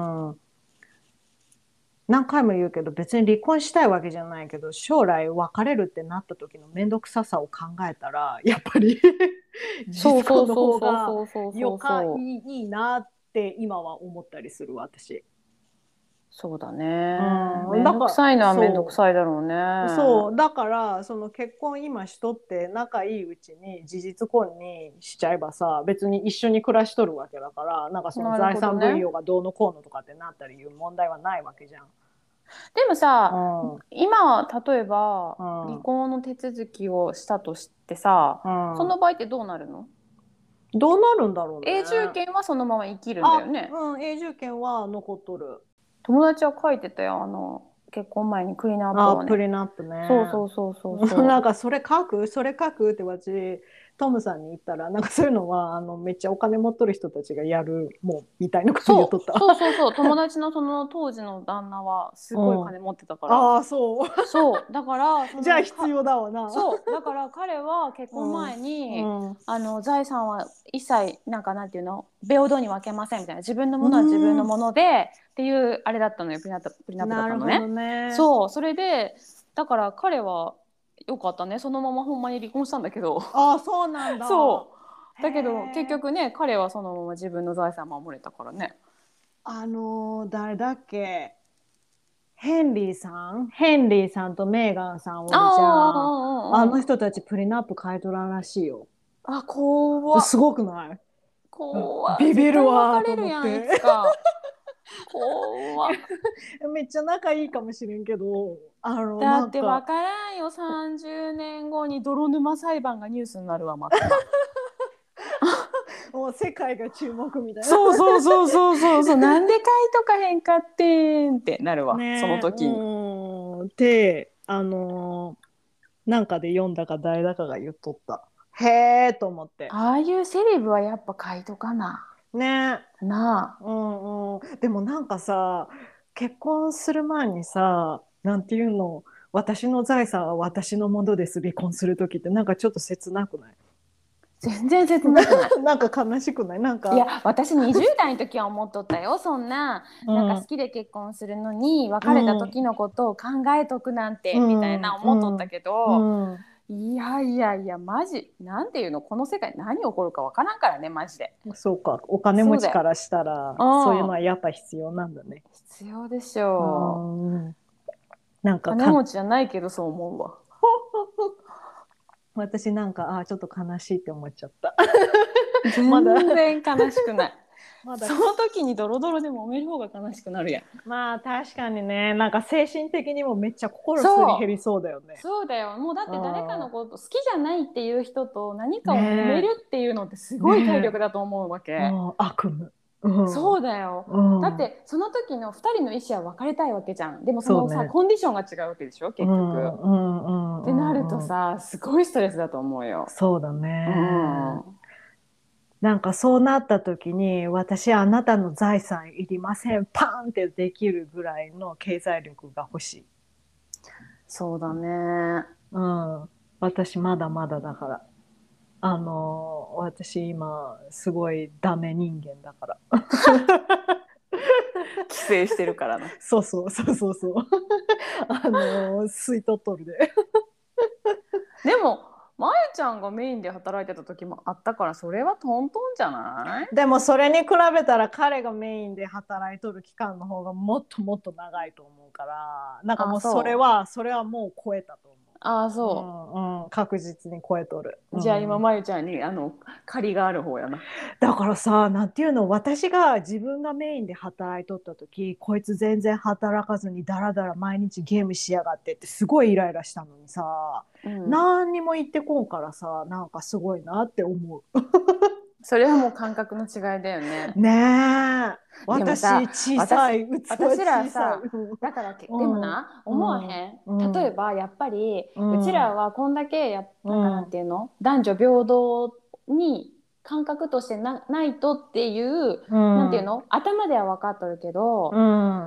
何回も言うけど別に離婚したいわけじゃないけど将来別れるってなった時の面倒くささを考えたらやっぱり事実婚の方がいいなって今は思ったりする私。 そうだね。面倒くさいのは面倒くさいだろうね。 そうだからその結婚今しとって仲いいうちに事実婚にしちゃえばさ別に一緒に暮らしとるわけだからなんかその財産分与がどうのこうのとかってなったりいう問題はないわけじゃん。 でもさ、今例えば離婚の手続きをしたとしてさ、その場合ってどうなるの？ どうなるんだろうね。 永住権はそのまま生きるんだよね。 永住権は残っとる。 友達は書いてたよ結婚前にクリナップをね。 プリナップね。 そうなんかそれ書くって私トムさんに言ったらなんかそういうのはめっちゃお金持っとる人たちがやるもんみたいなこと言っとった。 そう友達のその当時の旦那はすごい金持ってたから。そうだからじゃあ必要だわな。 そうだから彼は結婚前に、財産は一切なんていうの平等に分けませんみたいな、自分のものは自分のものでっていうあれだったのよ、プリナップだったのね。そうそれでだから彼はよかったね、そのままほんまに離婚したんだけど。 そうなんだ。 そうだけど結局ね彼はそのまま自分の財産守れたからね。 誰だっけ、ヘンリーさんとメーガンさんおるじゃん。あの人たちプリナップ買い取らんらしいよ。 怖っ。 すごくない？ 怖っ。 ビビるわと思って。 怖っ。 めっちゃ仲いいかもしれんけどだって分からんよ、30年後に泥沼裁判がニュースになるわまた。 もう世界が注目みたいな。 そうそうそうそうそうそうなんで書いとかへんかってんってなるわ、 ね、 その時に。 で、なんかで読んだか誰だかが言っとった。へーと思って。 ああいうセレブはやっぱ書いとかな。 ね。 なあ。 でもなんかさ、結婚する前にさ、なんていうの、私の財産は私のものです、離婚するときってなんかちょっと切なくない？ 全然切なくない。 なんか悲しくない？なんいやか、 私20代の時は思っとったよ、そんな、なんか好きで結婚するのに別れた時のことを考えとくなんて、みたいな思っとったけど、いやいやいやマジなんていうの、この世界何起こるかわからんからね、マジで。 そうか、お金持ちからしたら、そういうのうん、 はやっぱ必要なんだね。 必要でしょなんう。金持ちじゃないけどそう思うわ。 私なんか、ちょっと悲しいって思っちゃった。ま全だ、 然悲しくない。 まだ。 その時にドロドロで揉める方が悲しくなるやん。 まあ確かにね、なんか精神的にもめっちゃ心すり減りそうそうだよね。 そうだよ。もうだって誰かのこと好きじゃないっていう人と何かを揉めねるっていうのってすえ、 ごい体ね力だと思うわえ、 け。 悪夢。うん、 そうだよ。 うだっん、 てその時の2人の意思は別れたいわけじゃん。でもそのさそうね。 コンディションが違うわけでしょ、 う結局。 ん、うん、うん、 ってなるとうん、うん。 さすごいストレスだと思うよ。 そうだうね。 ん。 なんかそうなった時に、私あなたの財産いりません。パーンってできるぐらいの経済力が欲しい。 そうだね。 うん。私まだまだだから。私今すごいダメ人間だから。 帰省してるからな。 そうそうそうそうそう。吸い取っとるで。 でもまゆちゃんがメインで働いてた時もあったから、それはトントンじゃない？ でもそれに比べたら彼がメインで働いとる期間の方がもっともっと長いと思うから、なんかもうそれそは、それはもう超えたと思う。 そ確実に超えとる。 う。じゃあ今まゆちゃんに借りがある方やな。 だからさ、なんていうの、私が自分がメインで働いとった時、こいつ全然働かずにダラダラ毎日ゲームしやがってってすごいイライラしたのにさ、 うん。 何にも言ってこんからさ、なんかすごいなって思う。 それはもう感覚の違いだよね。 ねえ。 でもさ、 私、小さい、器私ら小さい。 さ、だからでもうん、 な、思わうん、 へん。 うん、 例えばやっぱりううちらん、 はこんだけうなんかなんん、 ていうの、男女平等に感覚としてないとっていう、 うん、うん、 なんていうの、頭では分かっとるけど、 うん、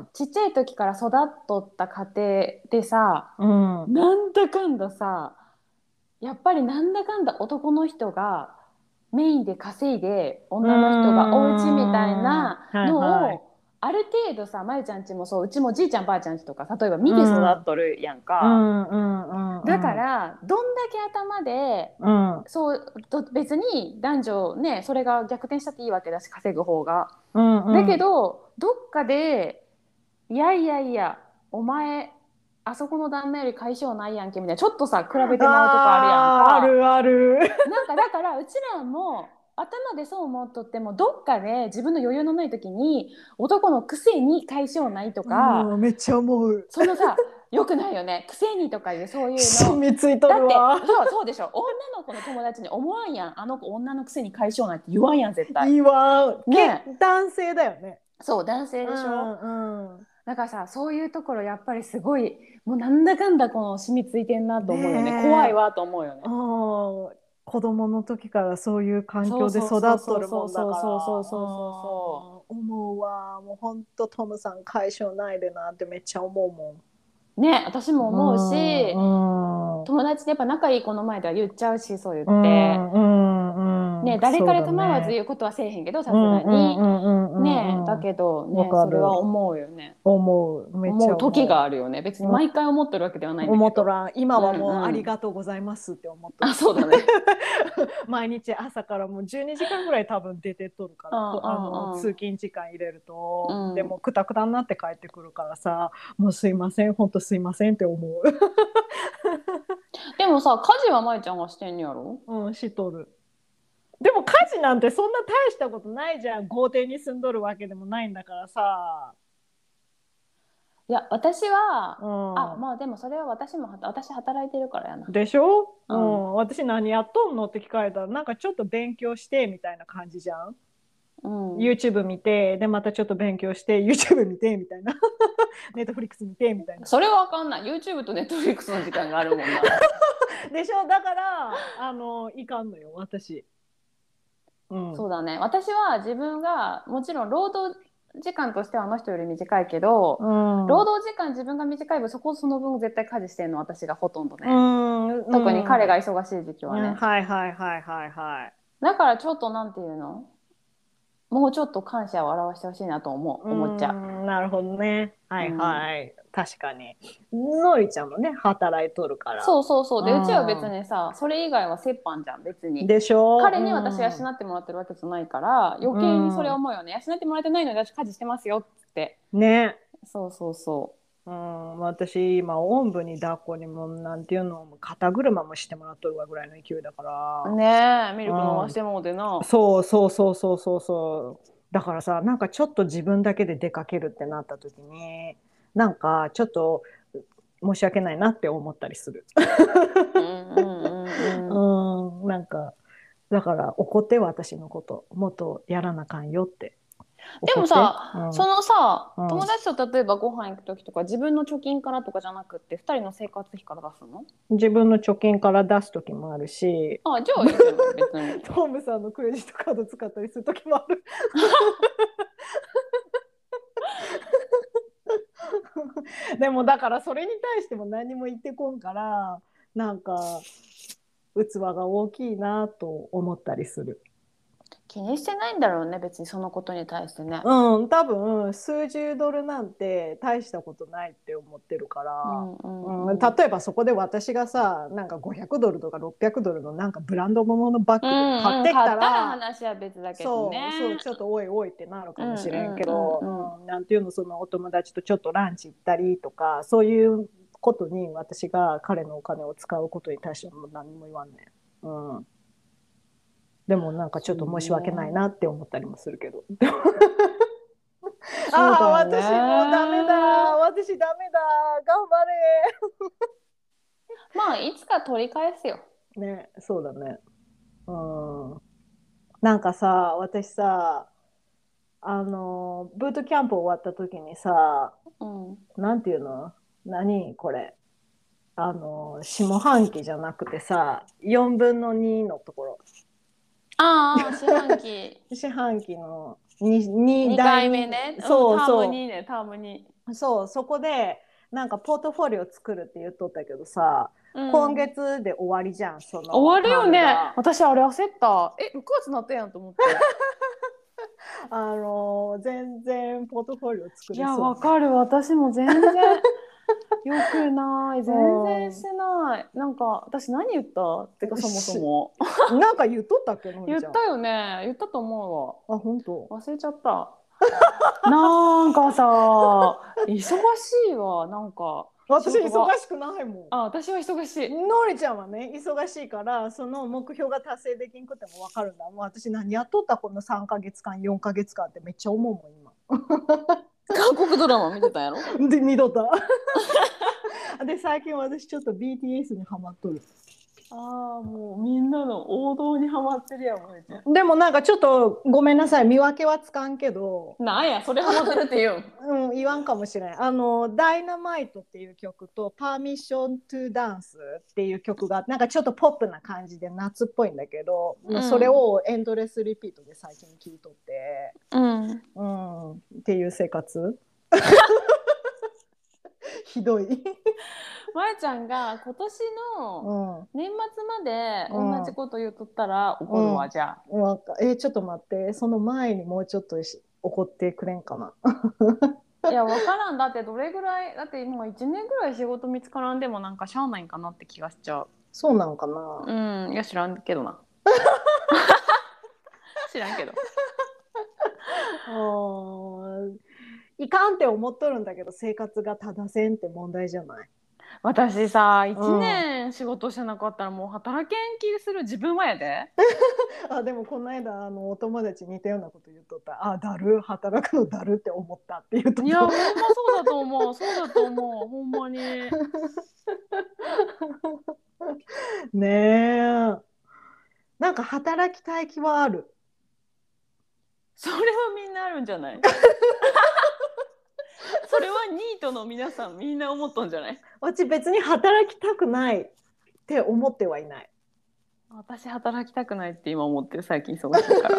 ちっちゃい時から育っとった家庭でさ、 うん、 なんだかんださ、やっぱりなんだかんだ男の人がメインで稼いでう女の人がお家みたいん、はないはい。 のをある程度さ、まゆちゃんちもそう、うちもじいちゃんばあちゃんちとか例えば見て育うん、うん、 っとるやんうか。 ん、 だかうん、 らどんだけ頭でうん、 そう別に男女ね、それが逆転したっていいわけだし、稼ぐ方が。 うん、 だけうん。 どどっかでいやいやいやお前あそこの旦那より解消ないやんけみたいな、ちょっとさ比べてまうとこあるやんああ、あか。 るある。 なんかだからうちらも頭でそう思っとってもどっかで自分の余裕のない時に男のくせに解消ないとか、 うん、めっちゃ思う。 そのさ、よくないよね、くせにとかいうそういうの。 染みついとだってるわ。 そうでしょ、女の子の友達に思わんやん、あの子女のくせに解消ないって言わんやん絶対。 いいわ。 ね男性だよね。 え、そう男性うでしょ。 ん、うん。 だからさ、そういうところやっぱりすごい、もうなんだかんだこの染みついてんなと思うよね、怖いねえ。 わと思うよね。 子供の時からそういう環境でそうそう育っとそうそうるもんだかそうそうそうそうら、 そうそうそ思うわ。もうほんとトムさん解消ないでなってめっちゃ思うもうね。私も思うし、 ん。 友達でやっぱ仲いい子の前では言っちゃうし、そう言っうて。 ん、うん、うん、 ね、誰そうだ彼構わずね。 言うことはせえへんけど、さすうん、うん、うがに。 ん、うん、うね、だん、うん。 けどわね、それはかる。 思うよね。 思う。めっちゃ思う時が思あるよね。別にう。うん、 毎回思ってるわけではないんだけど。 思っとらん。今うんはもうあうん。 りがとうございますって思っとあ、 る。 そうだね。 毎日朝からもう12時間ぐらい多分出てっとるから、 うんうん通勤時間入れるうと、でん。うん。 もくたくたになって帰ってくるからさ、もうすいません、ほんとすいませんって思う。 でもさ、家事はまいちゃんがしてんやろ？ うん、しとる。でも家事なんてそんな大したことないじゃん。豪邸に住んどるわけでもないんだからさ。 いや私は、まあでもそれは私働いてるからやな。 でしょ、私何やっとんのって聞かれたらなんかちょっと勉強してみたいな感じじゃん。YouTube 見てでまたちょっと勉強して YouTube 見てみたいなNetflix 見てみたいな。 それは分かんない。 YouTube と Netflix の時間があるもんなでしょ、だからいかんのよ私。 そうだね。私は自分がもちろん労働時間としてはあの人より短いけど、労働時間自分が短い分その分絶対家事してんの私がほとんどね。特に彼が忙しい時期はね。 はいはいはいはいはい。 だからちょっとなんていうの、もうちょっと感謝を表してほしいなと思っちゃう。 なるほどね。はいはい。確かに。のりちゃんもね、働いとるから。 そうそうそう。で、うちは別にさ、それ以外は折半じゃん、別に。 でしょ。 彼に私養ってもらってるわけじゃないから、余計にそれ思うよね。養ってもらってないのに私家事してますよって。 ね。 そうそうそう。 私今おんぶに抱っこにもなんていうの肩車もしてもらっとるわぐらいの勢いだからねえ、ミルク飲ましてもうてな、 そうそうそうそうそうそう。だからさなんかちょっと自分だけで出かけるってなった時になんかちょっと申し訳ないなって思ったりするなんかだから怒って私のこともっとやらなあかんよってでもさ、そのさ、友達と例えばご飯行く時とか自分の貯金からとかじゃなくって2人の生活費から出すの？ 自分の貯金から出す時もあるし、 じゃあいいじゃない別に。 トームさんのクレジットカード使ったりする時もあるでもだからそれに対しても何も言ってこんからなんか器が大きいなと思ったりする。 気にしてないんだろうね、別にそのことに対してね。 多分数十ドルなんて大したことないって思ってるから、例えばそこで私がさなんか500ドルとか600ドルのなんかブランド物のバッグ買ってきたら、 話は別だけどね。 そうちょっとおいおいってなるかもしれんけど、なんていうのそのお友達とちょっとランチ行ったりとかそういうことに私が彼のお金を使うことに対しても何も言わんねん。でもなんかちょっと申し訳ないなって思ったりもするけど。私もうダメだ。私ダメだ。頑張れ。 まあいつか取り返すよ。 ね、そうだね。なんかさ、私さ、ブートキャンプ終わった時にさ、なんていうの？何これ？下半期じゃなくてさ、4分の2のところ。 四半期。 四半期の 2回目ね。 そうターム2ね、ターム2。 そう、そこで、なんかポートフォリオ作るって言っとったけどさ、今月で終わりじゃん、その。 終わるよね。私あれ焦った。6月なったやんと思って。 全然ポートフォリオ作れそう。いや、わかる。私も全然よくない。全然してない。なんか、私何言ったってか、そもそも。 なんか言っとったっけ？ 言ったよね。言ったと思うわ。あ、本当？ 忘れちゃった。なんかさ、忙しいわ。なんか。 私忙しくないもん。 私は忙しい。 のりちゃんはね忙しいからその目標が達成できんくても分かるんだ。もう私何やっとったこの3ヶ月間4ヶ月間ってめっちゃ思うもん今。 韓国ドラマ見てたやろ？ で見とったで最近私ちょっと BTS にハマっとる。 もうみんなの王道にハマってるやん。 でもなんかちょっとごめんなさい見分けはつかんけど。 なんやそれハマってるって言う言わんかもしれん。ダイナマイトっていう曲とパーミッショントゥダンスっていう曲がなんかちょっとポップな感じで夏っぽいんだけど、それをエンドレスリピートで最近聴いとって、っていう生活ひどいまえちゃんが今年の年末まで同じこと言っとったら怒るわ、じゃあ。ちょっと待って、その前にもうちょっと怒ってくれんかないや分からん。だってどれぐらいだってもう1年ぐらい仕事見つからんでもなんかしゃあないんかなって気がしちゃう。 そうなんかな。 いや知らんけどな知らんけどいかんって思っとるんだけど生活が正せんって問題じゃない？ 私さ、1年仕事してなかったらもう働けん気する自分はやで。 あ、でもこの間お友達似たようなこと言っとった。あ、だる、働くのだるって思ったって言っとった。 いや、ほんまそうだと思う。そうだと思う。ほんまに。 ねえ。なんか働きたい気はある。 それはみんなあるんじゃない？それはニートの皆さんみんな思っとんじゃない？ 私別に働きたくないって思ってはいない。 私働きたくないって今思ってる、最近忙しいから。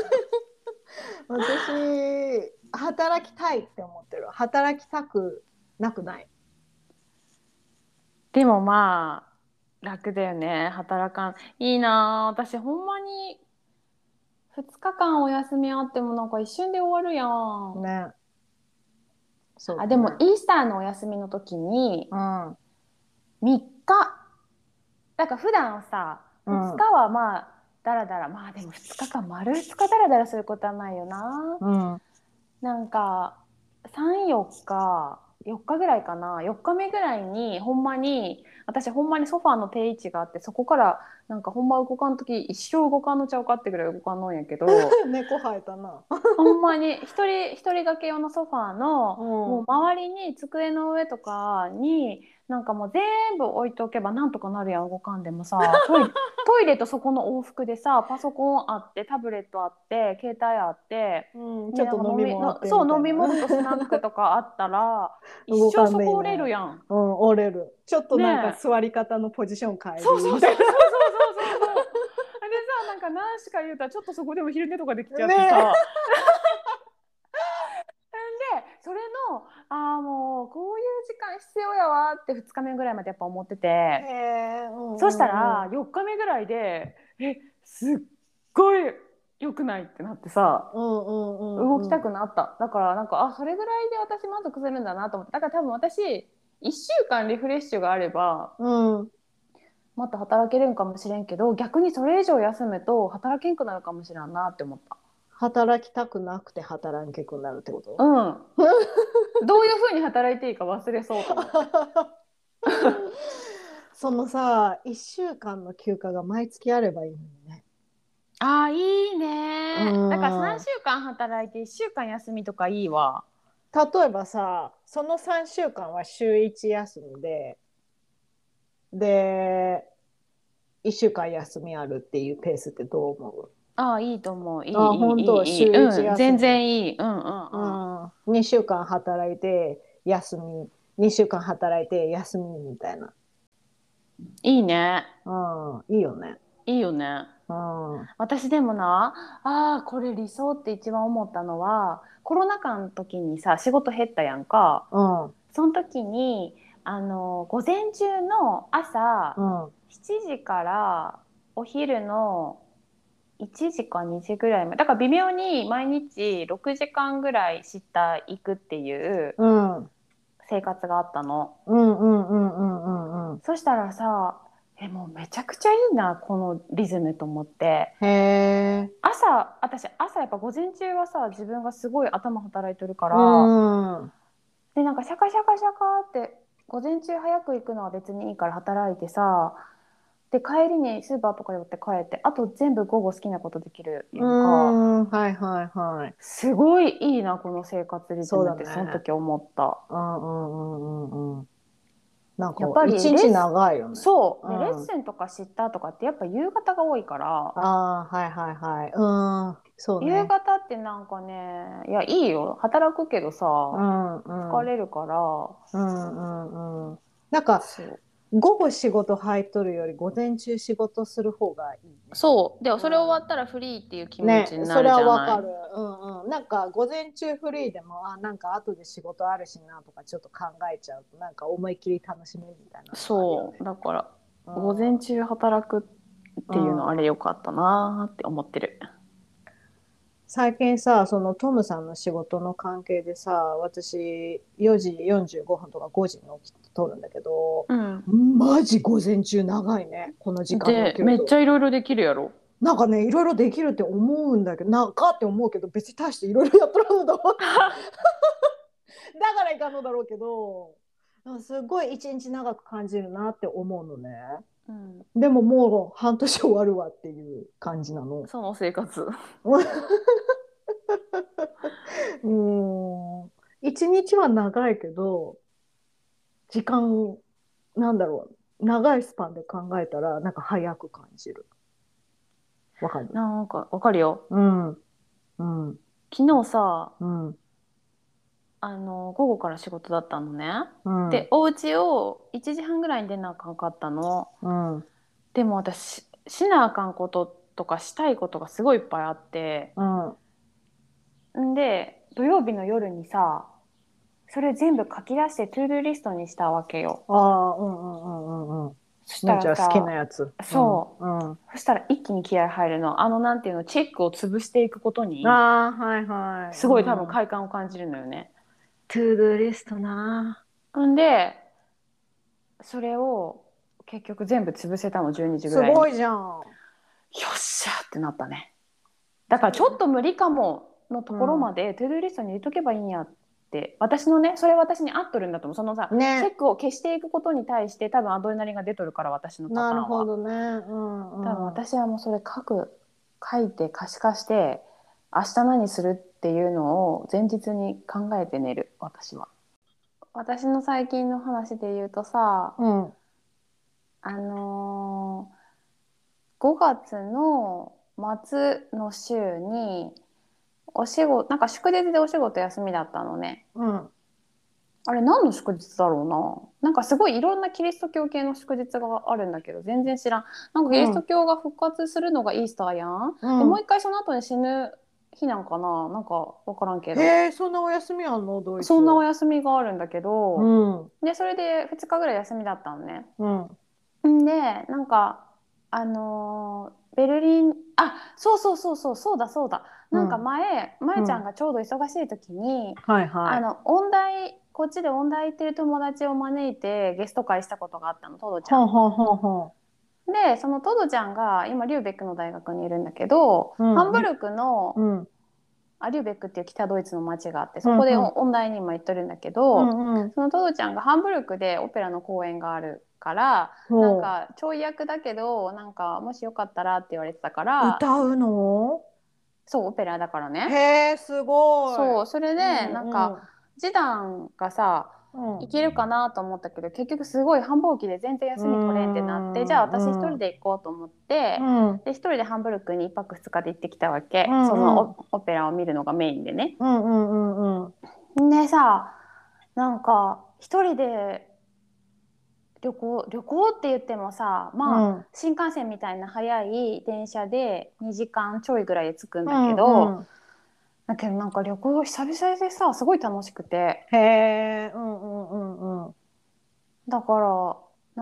私働きたいって思ってる。働きたくなくない。 でもまあ楽だよね、働かん。いいな。私ほんまに2日間お休みあってもなんか一瞬で終わるやん。 ね。そうだあ、 ね。 でもイースターのお休みの時にうん。 3日、だから普段さ2日はまあだらだら、まあでも2日間丸2日だらだらすることはないよな。 うん。 なんか3、4日、4日ぐらいかな、4日目ぐらいにほんまに、私ほんまにソファーの定位置があって、そこからなんかほんま動かん時一生動かんのちゃうかってぐらい動かんのんやけど、 猫生えたな。 ほんまに一人掛け用のソファーのもううん。 周りに机の上とかになんかもう全部置いておけばなんとかなるやん、動かんでもさ。トイレとそこの往復でさ、パソコンあってタブレットあって携帯あって、 うん、ちょでなんかっと飲み物あってみたいな。 そう飲み物とスナックとかあったら一動か生そこ折れんでいいね。 るやん。 うん、折れる。ちょっとなんかねえ、 座り方のポジション変えそうそうそうそうそうるみたいな。 そうそう。でさ、なんか何しか言うたらちょっとそこでも昼寝とかできちゃってねさ、でそれのもうこういう時間必要やわって2日目ぐらいまでやっぱ思ってえ。へて、 え、うんうそしたんうん。 ら4日目ぐらいですっごい良くないってなってさ、 うんうんうんうん。 動きたくなった。だからなんかそれぐらいで私満足するんだなと思って、だから多分私1週間リフレッシュがあればうん。 もっと働けるんかもしれんけど、逆にそれ以上休むと働けんくなるかもしれんなって思った。 働きたくなくて働けくなるってこと？ うん。どういうふうに働いていいか忘れそうと思って。 そのさ、1週間の休暇が毎月あればいいのにね。 ああ、いいうね。だから3 ん。 週間働いて1週間休みとかいいわ。 例えばさ、その3週間は週1休みで、1週間休みあるっていうペースってどう思う？ ああ、いいと思う。いい、 あ、 いい、 本当、 いい、いい。 週1 うん、全休み。 然いい。うん、うん、うん。 うん。2週間働いて休み。2週間働いて休みみたいな。 いいね。 うん。いいよね。 いいよね。 うん。 私でもな、これ理想って一番思ったのは、コロナ禍の時にさ、仕事減ったやんか。 うん。 その時に、午前中の朝うん。 7時からお昼の1時か2時ぐらいまで、だから微妙に毎日6時間ぐらいシッター行くっていううん。 生活があったの。 うんうんうんうんうんうん。 そしたらさ、もうめちゃくちゃいいな、このリズムと思って。 へえ。 私朝やっぱ午前中はさ、自分がすごい頭働いてるかうら、 ん。 でなんかシャカシャカシャカって午前中早く行くのは別にいいから働いてさ、で帰りにスーパーとか寄って帰って、あと全部午後好きなことできるうやんか。 ん。はいはいはい。 すごいいいなこの生活リズそうだムってそのね。 時思った。 うんうんうんうんうん。なんかやっぱ一日り長いよね。 そうでレッうん。 スンとかシッターとかってやっぱ夕方が多いから、 ああ、はいはいはい。うん。そう夕ね。 方ってなんかね、いやいいよ働くけどさ、 うんうん。 疲れるから、 うんうんうん。なんか、 そう。 午後仕事入っとるより午前中仕事する方がいいね。 そうで、それ終わうったらフリーっていう気ん。ね、 持ちになそれはるじゃない。 わかる。うんうん。なんか午前中フリーでも、なんか後で仕事あるしなとかちょっと考えちゃうと、なんか思いっきり楽しめるみたいなのはあるよそうね。 だからう午前中働くっていうのあれん。うん。 良かったなーって思ってる。 最近さ、そのトムさんの仕事の関係でさ、私4時45分とか5時に起きて撮るんだけど、 うん。 マジ午前中長いね、この時間に起でめっちきると。 ゃいろいろできるやろ。 なんかね、いろいろできるって思うんだけど、なんかって思うけど、別に大していろいろやっとらんのだわ。だからいかんのだろうけど、 すごい一日長く感じるなって思うのね。 うん、 でももう半年終わるわっていう感じなの。 その生活。 うん。一日は長いけど、時間、なんだろ長いスパンで考えたら、なんか早く感じる。わかる？ なんかわかるよ。 うん。うん。 昨日さ、 うん。 午後から仕事だったのね。 うん。 で、お家を1時半ぐらいに出なあかんかったの。 うん。 でも私、しなあかんこととかしたいことがすごいいっぱいあって、 うん。 んで、土曜日の夜にさ、それ全部書き出してトゥードゥーリストにしたわけよ。 ああ、うんうんうんうんうん。 そしたのりちゃん好きならさ、 やつ。うん。 そう。 うん。 そしたら一気に気合入るの。なんていうの、チェックを潰していくことに、 ああ、はいはい。 すごい多分うん。 快感を感じるのよね。 トゥードゥーリストな。 んで、それを結局全部潰せたの、12時ぐらいに。 すごいじゃん。 よっしゃってなったね。だからちょっと無理かものところまでトゥードゥーリストに入れとけばいいんやって。私のね、それ私に合っとるんだと思う。そのさ、 うん。ね。 チェックを消していくことに対して多分アドレナリンが出とるから、私のパなるターンは。 ほどね。うん多分うん。 私はもうそれ書いて可視化して、明日何するっていうのを前日に考えて寝る、私は。私の最近の話で言うとさ、 うん。 あの5月の末の週にお仕事、なんか祝日でお仕事休みだったのね。 うん。 あれ何の祝日だろうな。なんかすごいいろんなキリスト教系の祝日があるんだけど、全然知らん。なんかキリストうん。 教が復活するのがイースターやん。で、もううん。 一回その後に死ぬ日なんかな。なんかわからんけど。 へえ、そんなお休みあんのドイツ？ そんなお休みがあるんだけうど、 ん。 で、それで2日ぐらい休みだったのね。 うん。 んで、なんか、ベルリン、そうだそうだ。なんかうん。 まえちゃんうん。 がちょうど忙しい時に、 はいはい。 こっちで音大行ってる友達を招いてゲスト会したことがあったの、トドちゃん。 ほんほんほんほで、そのトドちゃんが今、リューベックの大学にいるんだけど、ハンん。うん。 ブルクの、 うん。 リューベックっていう北ドイツの町があって、 うん。 そこでうん。 音大に今行ってるんだけうど、 ん。うん。 そのトドちゃんがハンブルクでオペラの公演があるから、なんほか、ちょい役だけど、なんか、もしよかったらって言われてたかう。 ら、 歌うの？ そう、オペラだからね。 へえ、すごい。 そう、それうで、なんか、 んうん。 示談がさ、 うん。 いけるかなと思ったけど、結局すごい繁忙期で全然う休み取れんってなって、じゃあ私一ん。うん。 人で行こうと思って、 うん。 で、一人でハンブルクに1泊2日で行ってきたわうけ。そのん。 オペラを見るのがメインでね。 うんうんうんうん。 でさ、なんか、一人で旅行って言ってもさ、まあ、 うん新幹線みたいな早い電車で2時間ちょいぐらいで着くんうだけど、 んうん。 だけどなんか旅行久々でさ、すごい楽しくて。 へえ、うんうんうんうん。 だから、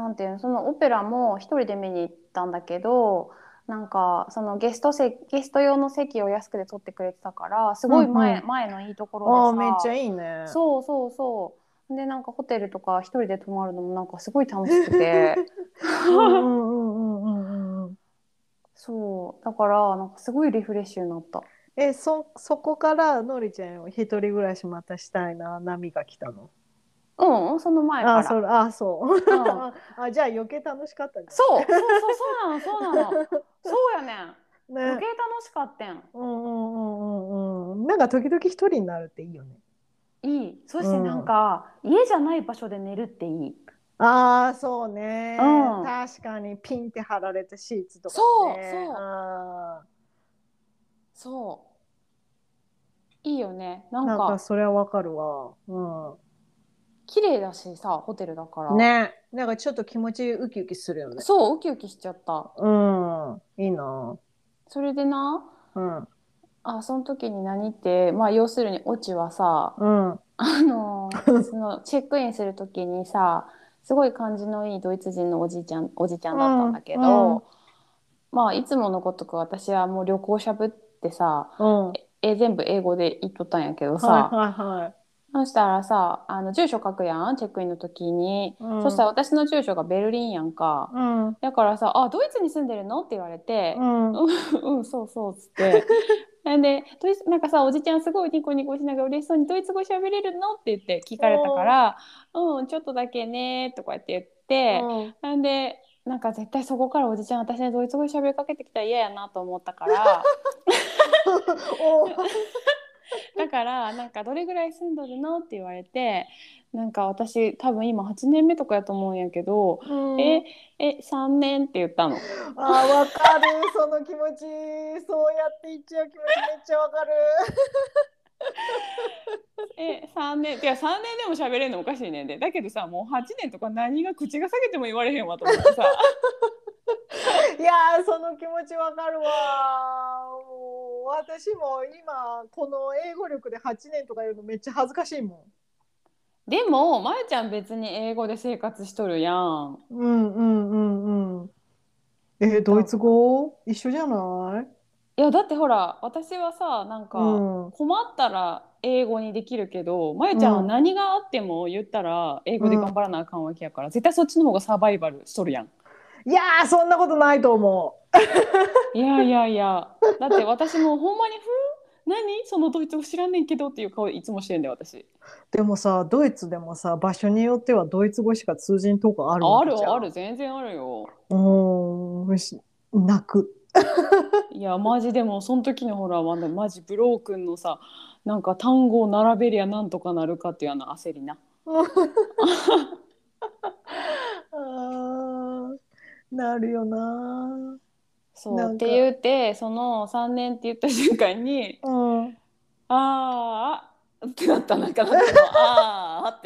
なんていうの、そのオペラも一人で見に行ったんだけど、なんか、そのゲスト用の席を安くで取ってくれてたから、すごいうんうん。 前のいいところでああ、めっちゃさ、 いいね。 そうそうそう。で、なんかホテルとか一人で泊まるのもなんかすごい楽しくて、 うんうんうんうんうんうん。 そう。だから、なんかすごいリフレッシュになった。 そこからのりちゃんは一人暮らしまたしたいな、波が来たの？ うん、その前から。 そう。 うん。 じゃあ余計楽しかったんじゃない？ そうなの。そうやねん。余計ね。 楽しかったん。 うんうんうんうんうん。なんか時々一人になるっていいよね。 いい。そうしてなんん。 か、家じゃない場所で寝るっていい。 ああ、そううね。 ん。 確かにピンって貼られたシーツとかでそう、 ね。 そう、そう。いいよね。なんなんかか、 それはわかるわ。う綺麗だしさ、ホテルだかん。 ら。 ね。なんかちょっと気持ちウキウキするよね。 そう、ウキウキしちゃった。 うん。いいな。 それでな、 うん。 その時に何って、まあ、要するに、オチはさ、 うん。 その、チェックインする時にさ、すごい感じのいいドイツ人のおじちゃんだったんうん。 だけうん。 ど、まあ、いつものごとく私はもう旅行しゃぶってさ、 うん。 全部英語で言っとったんやけどはいさ、 はいはい。 そしたらさ、住所書くやん、チェックインの時に。 うそしたらん。 私の住所がベルリンやんか。 うん。 だからさ、あ、ドイツに住んでるのって言われうて、 ん。 うん、そうそうっつって。で、なんかさ、おじちゃんすごいニコニコしながら嬉しそうにドイツ語喋れるのって言って聞かれたかおー。 ら、うん、ちょっとだけねとか言って言っうて、 ん。 で、なんか絶対そこからおじちゃん私にドイツ語で喋りかけてきたら嫌やなと思ったから、 おー。 だからなんかどれぐらい住んどるのって言われて、なんか私多分今8年目とかやと思うんやけど、 うえ、 ん。 3年って言ったの。 あー、わかる、その気持ち。そうやって言っちゃう気持ちめっちゃわかる。 3年、いや3年でも喋れるのおかしいねんで。だけどさ、もう8年とか何が口が裂けても言われへんわと思ってさ。 いやー、その気持ちわかるわ。もう私も今、この英語力で8年とか言うのめっちゃ恥ずかしいもでもまゆちゃん別に英語で生活しとるやん。 ん。うんうんうんうん。ドイツだ語一緒じゃない？ いやだってほら私はさ、なんうかん。 困ったら英語にできるけど、まゆちゃんはうん。 何があっても言ったら英語で頑うん。 張らなあかんわけやから、絶対そっちの方がサバイバルしとるやん。 いやー、そんなことないと思いやいやいや、だって私もほんまに何そのドイツ語知らんねんけどっていう顔いつもしてんだよ私。 う。でもさ、ドイツでもさ、場所によってはドイツ語しか通じんとこあるわあけじゃん。 るある、全然あるよ。 泣く。 いやマジでもその時のほらマジブロー君のさ、なんか単語を並べりゃなんとかなるかっていう焦りな。 あー、なるよな。 そうってなんか、 言ってその3年って言った瞬間に、 うん。 あーってなった、なんかなんていうの、あーって。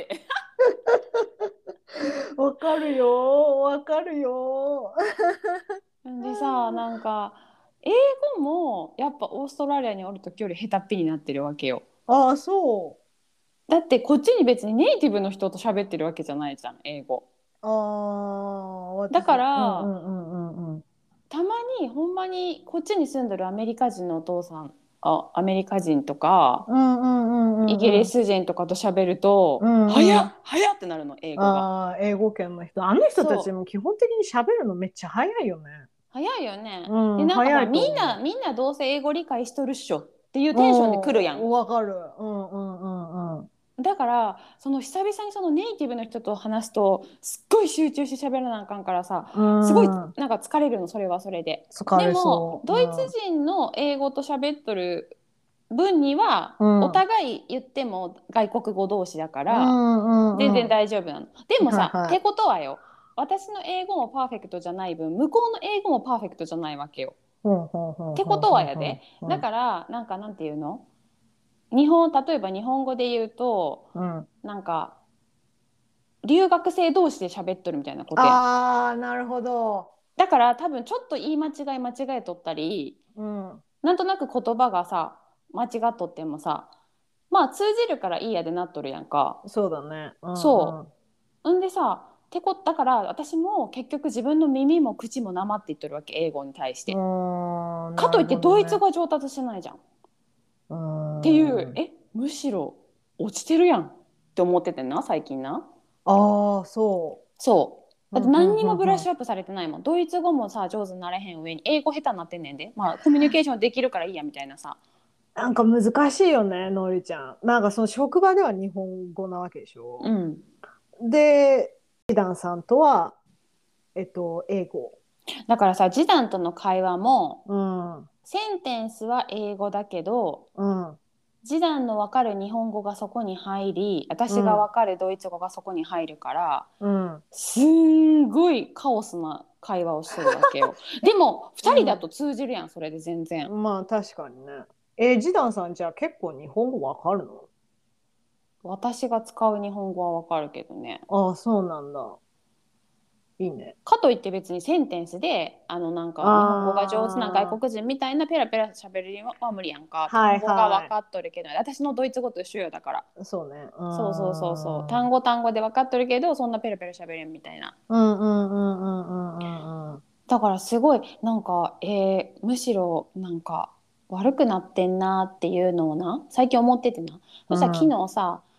わかるよ、わかるよ。 でさ、なんか英語もやっぱオーストラリアにおる時より下手っぴになってるわけよ。 ああ、そだってこっちに別にネイティブの人と喋ってるわけじゃないじゃん英語。 う。ああ、私、 だかうんうらんうんうんうん。 たまにほんまにこっちに住んでるアメリカ人のお父さん、アメリカ人とかうんうんうイギリんうんス人とかと喋ると、 うんうん。 早っ早っってなるの英語が。 ああ、英語圏の人。あの人たちそうも基本的に喋るのめっちゃ早いよね。 早いよね。でうん、 なんかさ、 早いみんなと思みんなどうせ英語理解しとるっしょっていうう。 テンションで来るやん。 うん、わかる。うんうんうんうん。 だからその久々にそのネイティブの人と話すとすっごい集中して喋らなあかんからさ、 うすごいん、 なんか疲れるの、それはそれで。 疲れでもそう。 ドイツ人の英語と喋っとる分にはうん。 おうん。 互い言っても外国語同士だかうらん全然うんうん。 大丈夫なの。でもさ、ってはいはい。 ことはよ、私の英語もパーフェクトじゃない分向こうの英語もパーフェクトじゃないわけよ。 ほんほんほんほんってことはほんほん。 やで、だうん。 からなんかなんていうの、例えば日本語で言うとうん。 なんか留学生同士で喋っとるみたいなことやん。 ああ、なるほど。 だから多分ちょっと言い間違えとったり、 うん。 なんとなく言葉がさ間違っとってもさ、まあ通じるからいいやでなっとるやんか。 そうだね。うんうん。 そう。んでさ、だから私も結局自分の耳も口もなまって言っとるわけ、英語に対しうて。 ーん、 かなるといってドイツほどね。 語は上達してないじゃん。っうーていう、 ん。 むしろ落ちてるやんって思っててんな、最近な。 ああ、そそう。 う。うだってんうん何にもブラッうんうん。 シュアップされてないもん。ドイツ語もさ、上手になれへん上に英語下手になってんねんで。まあ、コミュニケーションできるからいいやみたいなさ。 なんか難しいよね、のりちゃん。なんかその職場では日本語なわけでしょ。 うん。 で、イダンさんとは、英語。 だからさ、示談との会話も、 うん。うん。 センテンスは英語だけど、示談の分かる日本語がそこに入り、私がうん。 分かるドイツ語がそこに入るから、 うん。 すんごいカオスな会話をしてるわけよ。でも、2人だと通じるやん、それで全然。 うん。まあ確かにね。ジダンさんじゃあ結構日本語わかるの？ 私が使う日本語は分かるけどね。 ああ、そうなんだ。いいね。 かといって別にセンテンスでなんか日本語が上手な外ああ、 国人みたいなペラペラ喋るのは無理やんか。 はい単語が分はかっとるけど、私のドイツ語と一緒よだから。 い。そうね。 そうそうそうそう、 うん。 単語単語で分かっとるけどそんなペラペラ喋れんみたいな。 うんうんうんうんうんうんうん。 だからすごいなんか、むしろなんか悪くなってんなっていうのをな最近思っててな。そしたら昨日さ、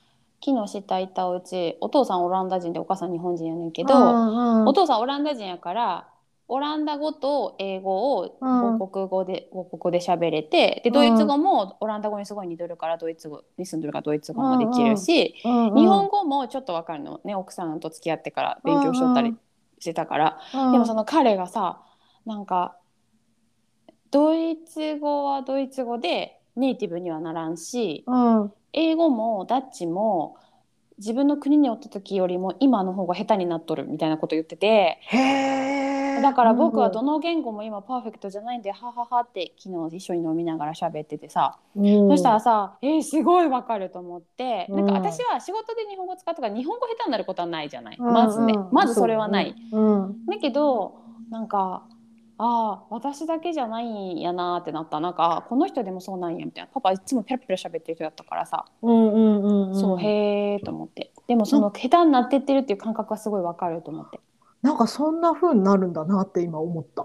昨日知ったいたうち、お父さんオランダ人でお母さん日本人やねんけうど、 んうん。 お父さんオランダ人やから、オランダ語と英語をうん母国語で喋れて、で、ドイツうん語もオランダ語にすごい似てるから、ドイツ語に住んでるからドイツう語もできるんうんし、日うんうん本語もちょっとわかるのね、奥さんと付き合ってからう勉強しとったりんしてたから。でもそうんの彼がさ、なんか、ドイツ語はドイツ語でネイティブにはならんし、 うん英語もダッチも自分の国におった時よりも今の方が下手になっとるみたいなこと言ってて、 へえ、 だから僕はうんどの言語も今パーフェクトじゃないんで、はははって昨日一緒に飲みながら喋っててさ、そしたらさ、すごいわかると思って、なんか私うんは仕事で日本語使ったから日本語下手になることはないじゃない。 うまずね。まずそれそうだね。 はない。 うんだけど、なんか、ああ、私だけじゃないんやなってなった。なんか、この人でもそうなんやみたいな。パパいつもペラペラ喋ってる人だったからさ、 うんうんそう、 うんへえと思って。でもそな、 の下手になってってるっていう感覚はすごいわかると思って。 なんかそんな風になるんだなって今思った。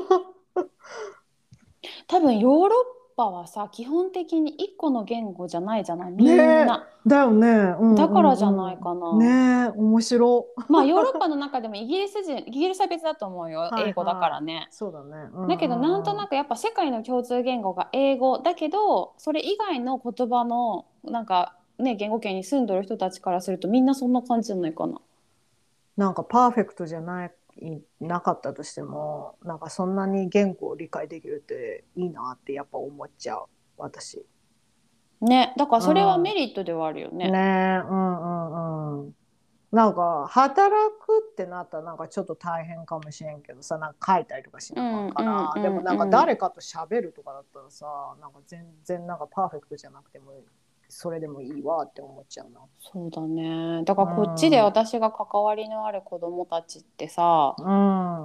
多分ヨーロッパはさ、基本的に一個の言語じゃないじゃない、みねえ、 んな。 だよね。うんだうからじゃないんうん。 かな。 ねえ、面白。 まあヨーロッパの中でもイギリスは別だと思うよ。 はい英語だかはい。 らね。 そうだね。うんだけどなんうんうん。 となくやっぱ世界の共通言語が英語だけど、それ以外の言葉のなんかね、言語圏に住んでる人たちからするとみんなそんな感じじゃないかな。 なんかパーフェクトじゃない、なかったとしても、なんかそんなに言語を理解できるっていいなってやっぱ思っちゃう。私。 ね、だからうそれはメん。 リットではあるよね。 ねえ、うんうんうん。なんか働くってなったらなんかちょっと大変かもしれんけどさ、なんか書いたりとかしなあかんうんうから、でもんうんなんかうん。 誰かと喋るとかだったらさ、なんか全然なんかパーフェクトじゃなくてもそれでもいいわって思っちゃうな。 そうだね。だかうらこっちでん。 私が関わりのある子どもたちってさ、 うん。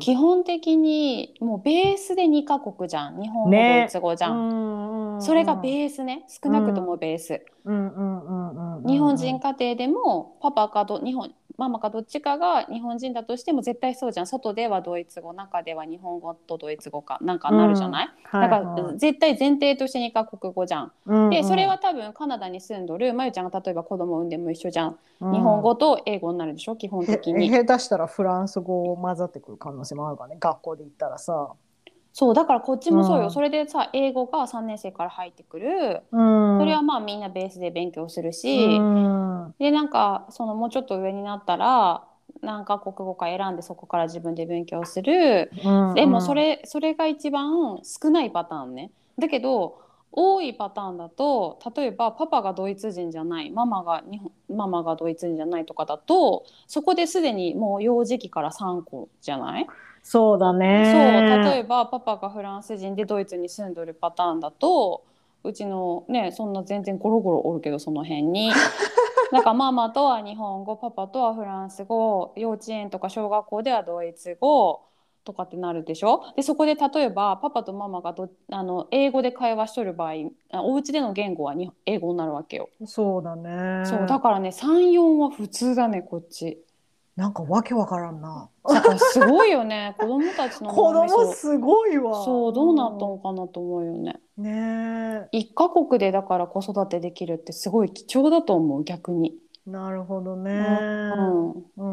基本的にもうベースで2カ国じゃん。日本語、ドイね。 ツ語じうゃん。それがんうんうん。 ベースね。少なくとうん。うんもベース。 うんうんう日本んうん。 人家庭でもパパかママかどっちかが日本人だとしても絶対そうじゃん。外ではドイツ語、中では日本語とドイツ語かなんかうん。 なるじゃない。だはいからはい。 絶対前提として2カ国語じゃん。 うんでそれうん。 は多分カナダに住んどるまゆちゃんが例えば子供を産んでも一緒じゃん。 う日本ん。 語と英語になるでしょ基本的に。 下手したらフランス語混ざってくる可能性もあるからね、学校で言ったらさ。 そうだからこっちうもそうよ。そん。 れでさ英語が3年生から入ってくる。 うん。 それはまあみんなベースで勉強するうし、 ん。 でなんかそのもうちょっと上になったら何カ国語か選んでそこから自分で勉強する。 うでもん。うん。 それが一番少ないパターンね。だけど多いパターンだと、例えばパパがドイツ人じゃない、ママがドイツ人じゃないとかだと、そこですでにもう幼児期から3個じゃない。 そうだそう、例えね。 ばパパがフランス人でドイツに住んどるパターンだと、うちのね、そんな全然ゴロゴロおるけどその辺に。なんかママとは日本語、パパとはフランス語、幼稚園とか小学校ではドイツ語とかってなるでしょ。で、そこで例えばパパとママが英語で会話しとる場合、お家での言語は英語になるわけよ。 そうだそう、だね。 からね、3、4は普通だね、こっち。 なんかわけわからんな。 だからすごいよね、子供たちの子脳みそ。 供すごいわ。 そう、どうなったうのかなと思うよね。 ん。ね一カ国でだから子育てできるってすごい貴重だと思う、逆に。 え。なるほどうね。 ん。 うん。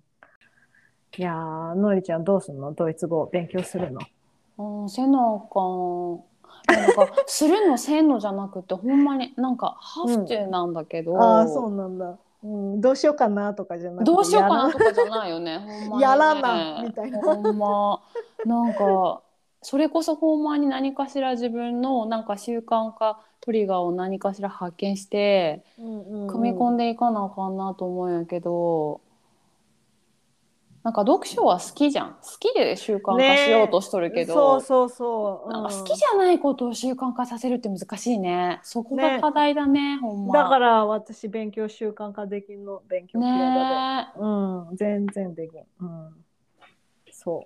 いやー、のりちゃんどうすんのドイツ語勉強するの？ うん、せなあかん。いや、なんか、するのせんのじゃなくて、ほんまに、なんか、ハうん。 フトゥーなんだけああ、そど、 うなんだ。うん、どうしようかなとかじゃなくどうしようかてなとかじゃないよね。ほんまやにらな、 ね。 みたいな。 ほんま。なんか、それこそほんまに何かしら自分のなんか習慣化トリガーを何かしら発見して、 うんう組みんうん。 込んでいかなあかんなと思うんやけど、なんか読書は好きじゃん。好きで習慣化しようねとしとるえ、 けど、 そうそうなんか好きそう、 じゃないことを習慣化させるって難しいね。そこが課ね、 題だね、ほんま。 だから私勉強習慣化できんの、勉強ね嫌いだで。 え。 うん、全然できん。うん、そう。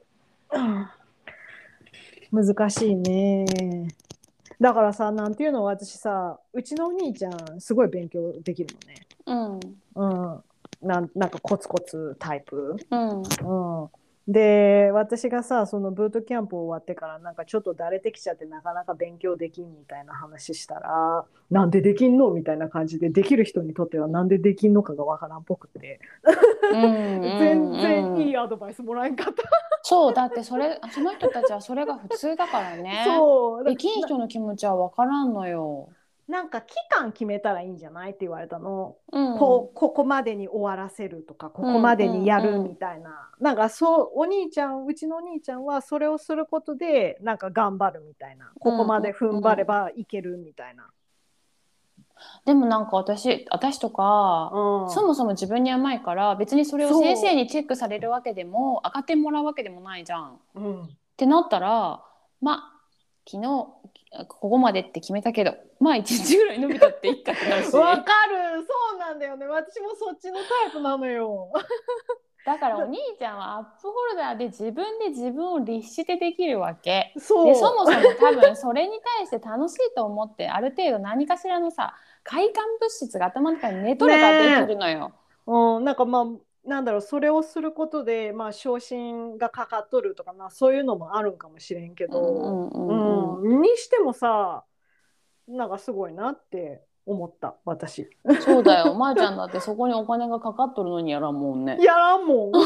難しいね。だからさ、なんていうの、私さ、うちのお兄ちゃん、すごい勉強できるのね。 うん。 うん。なんかコツコツタイプ。 うん。 うん。 で、私がさ、そのブートキャンプ終わってからなんかちょっとだれてきちゃってなかなか勉強できんみたいな話したら、なんでできんのみたいな感じで、できる人にとってはなんでできんのかがわからんっぽくて、 うんう全然んうん。 いいアドバイスもらえんかった。 そう、だってその人たちはそれが普通だからね。 そう、 できん人の気持ちはわからんのよ。 なんか期間決めたらいいんじゃないって言われたの。 うんここまでに終わらせるとか、ここまでにうんうんやるみうん。 たいな。なんかそう、お兄ちゃん、うちのお兄ちゃんはそれをすることで、なんか頑張るみたいな。ここうんうんまで踏ん張れうん。 ばいけるみたいな。 でもなんか私とか、そうん。 もそも自分に甘いから、別にそれを先生そにチェックされるわけでも、上がってもらうわけでもないじゃん。っう。うん。 てなったら、まあ、昨日、ここまでって決めたけど、まあ一日ぐらい伸びたっていいかってなるし。 わかる。そうなんだよね。私もそっちのタイプなのよ。 だからお兄ちゃんはアップホルダーで自分で自分を律してできるわけ。で、そそう。 もそも多分それに対して楽しいと思って、ある程度何かしらのさ、快感物質が頭の中に寝とねればできえ。 るのよ。 うん、なんかまあ、なんだろう、それをすることで、まあ、昇進がかかっとるとかな、そういうのもあるんかもしれんけど、 うんうんうん。 にしてもさ、なんかすごいなって思った、私。 そうだよ。まーちゃんだってそこにお金がかかっとるのにやらんもんね。 やらんもん。だ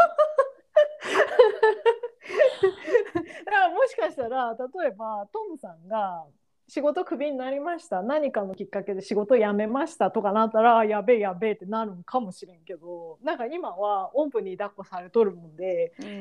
からもしかしたら、例えばトムさんが仕事クビになりました、何かのきっかけで仕事辞めましたとかなったら、やべえやべえってなるんかもしれんけど、なんか今はおんぶに抱っこされとるもんで、 うん。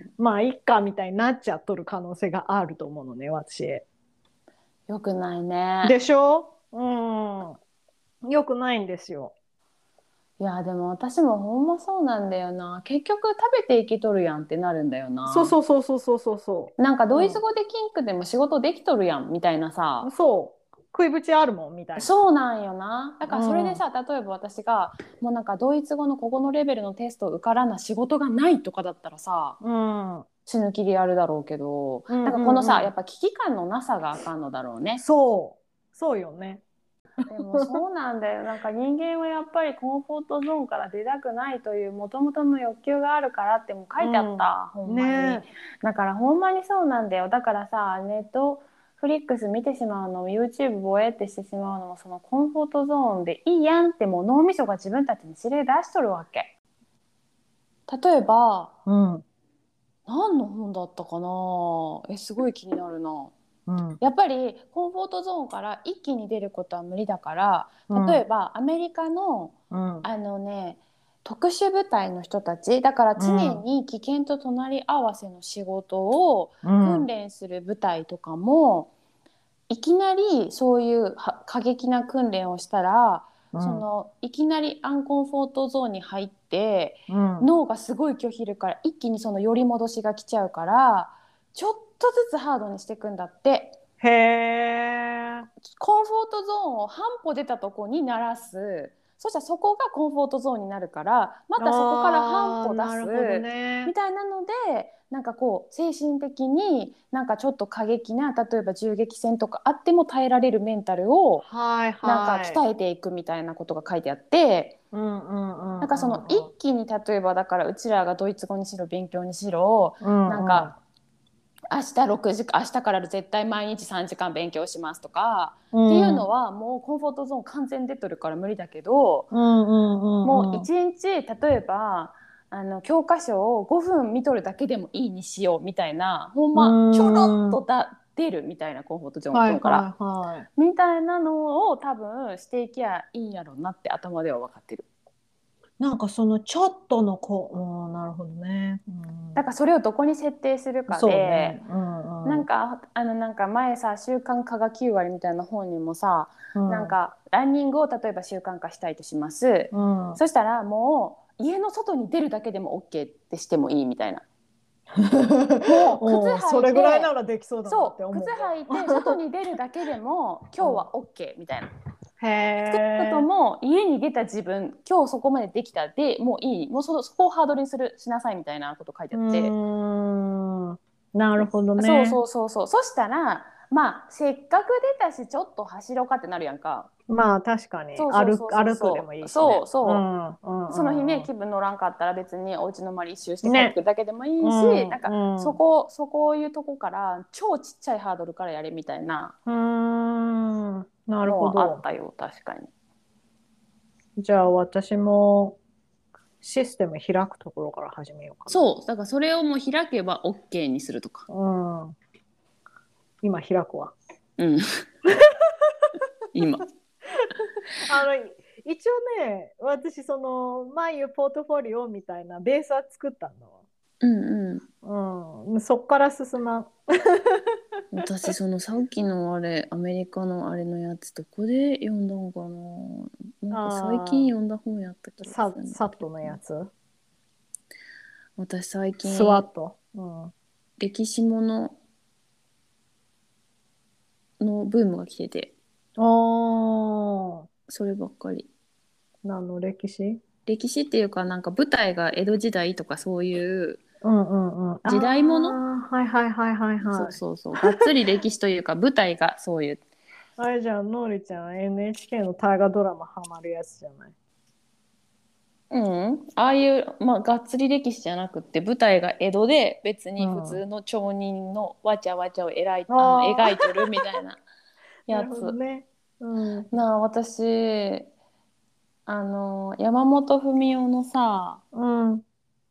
まあいっかみたいになっちゃっとる可能性があると思うのね、私。 よくないね。 でしょ？よくないんですよ。 いや、でも私もほんまそうなんだよな。結局食べて生きとるやんってなるんだよな。 そうそうそうそうそうそうそなんかドイツう。 語でキンクでも仕事できとるやんみたいなさ。 そう。食いぶちあるもんみたいな。 そうなんよな。だからそれでうん。 さ、例えば私がもうなんかドイツ語のここのレベルのテスト受からな仕事がないとかだったらさ、 うん。うん死ぬ気でやるだろうけど、 うなんかこのさ、 んうん。 やっぱ危機感のなさがあかんのだろうね。 そう。そうよね。 でもそうなんだよ。なんか人間はやっぱりコンフォートゾーンから出たくないという元々の欲求があるからってもう書いてあっうた。ほんん。 まに。 ねだからほんまにそうなんだよ。だからさ、ネットフリックス見てしまうのも YouTube ぼえってしてしまうのもそのコンフォートゾーンでいいやんってもう脳みそが自分たちに指令出しとるわけ。例えば、 え。うん。 何の本だったかな。すごい気になるな。 うん。 やっぱりコンフォートゾーンから一気に出ることは無理だから、 うん。 例えばアメリカのうん。 あのね特殊部隊の人たちだから常うん。 に危険と隣り合わせの仕事をうん。 訓練する部隊とかもいきなりそういう過激な訓練をしたらそうん。 のいきなりアンコンフォートゾーンに入ってうん。 脳がすごい拒否るから一気にその寄り戻しが来ちゃうからちょっとずつハードにしていくんだって。 へえ。 コンフォートゾーンを半歩出たとこに鳴らす。そしたらそこがコンフォートゾーンになるからまたそこから半ああ、 歩出なるほどすね。 みたいなのでなんかこう精神的になんかちょっと過激な例えば銃撃戦とかあっても耐えられるメンタルをはいなんかはい。 鍛えていくみたいなことが書いてあって、 うんうんうんなんかその一気に例えばだからうちらがドイツ語にしろ勉強にしろうんうんなんか明日から絶対毎日3時間勉強しますとかっていううんうんのはもうコンフォートゾーン完全に出とるから無理だけど、 うんうんもううん 1日例えば教科書を5分見とるだけでもいいにしようみたいなほんうまちょろっん。 と出るみたいなコンフォートゾはいーンからはいはい。 みたいなのを多分していきゃいいんやろうなって頭では分かってる。 なんかそのちょっとのなるほどね。 だからそれをどこに設定するかでそうね。うんうん。 なんか前さ習慣化が9割みたいな本にもさなんうんかランニングを例えば習慣化したいとします。 うん。 そしたらもう家の外に出るだけでも OK ってしてもいいみたいな。もう靴うん、そ履いれぐらいなてらできそうだなってそう靴思うわ。 履いて外に出るだけでも今日はう OK みたいな。 ん、へ少なくとえ。 も家に出た自分今日そこまでできたでもういいもうそこをハードルにしなさいみたいなこと書いてうあって。 ーん。なるほどね。 そうそうそうそう。そしたら、まあ、せっかく出たし、ちょっと走ろうかってなるやんか。 まあ確かにそうそうそうそう歩くでもいそう。 いしね。 そうそうんうんう。その日ね、 うん気分乗らんかったら別にお家の周り一周して帰ってくね。 るだけでもいういし、なんかんうん。 そういうとこから超ちっちゃいハードルからやれみたいなうーん、なるのはあっほど。 たよ、確かに。 じゃあ私もシステム開くところから始めようかそう、だからそれをもう開けば OK にするとか。 な。うん。今開くわ。 うん、今。 あの、一応ね、私その、前言うポートフォリオみたいなベースは作ったんだわ。 うんうん。 うん。そっから進まん。 私そのさっきのあれアメリカのあれのやつどこで読んだのかな、なんか最近あ読んだ本やった気あ、 がするんだけど、 サットのやつ私最スワ近ット。うん。 歴史もののブームが来てて、 おー、 そればっかり。 何の歴史？ 歴史っていうかなんか舞台が江戸時代とかそういううんうんうん。 時代もの。 ああ、はいはいはいはいそうはい。 そうそう、がっつり歴史というか舞台がそういう。 あれじゃん、のりちゃん、NHK の大河ドラマハマるやつじゃない？ うん、ああいう、まあ、がっつり歴史じゃなくって舞台が江戸で別うん。 に普通の町人のわちゃわちゃをああ、 描いとるみたいななるほどやつ。 ね。うん。 なあ、私、山本文夫のさ、 うん。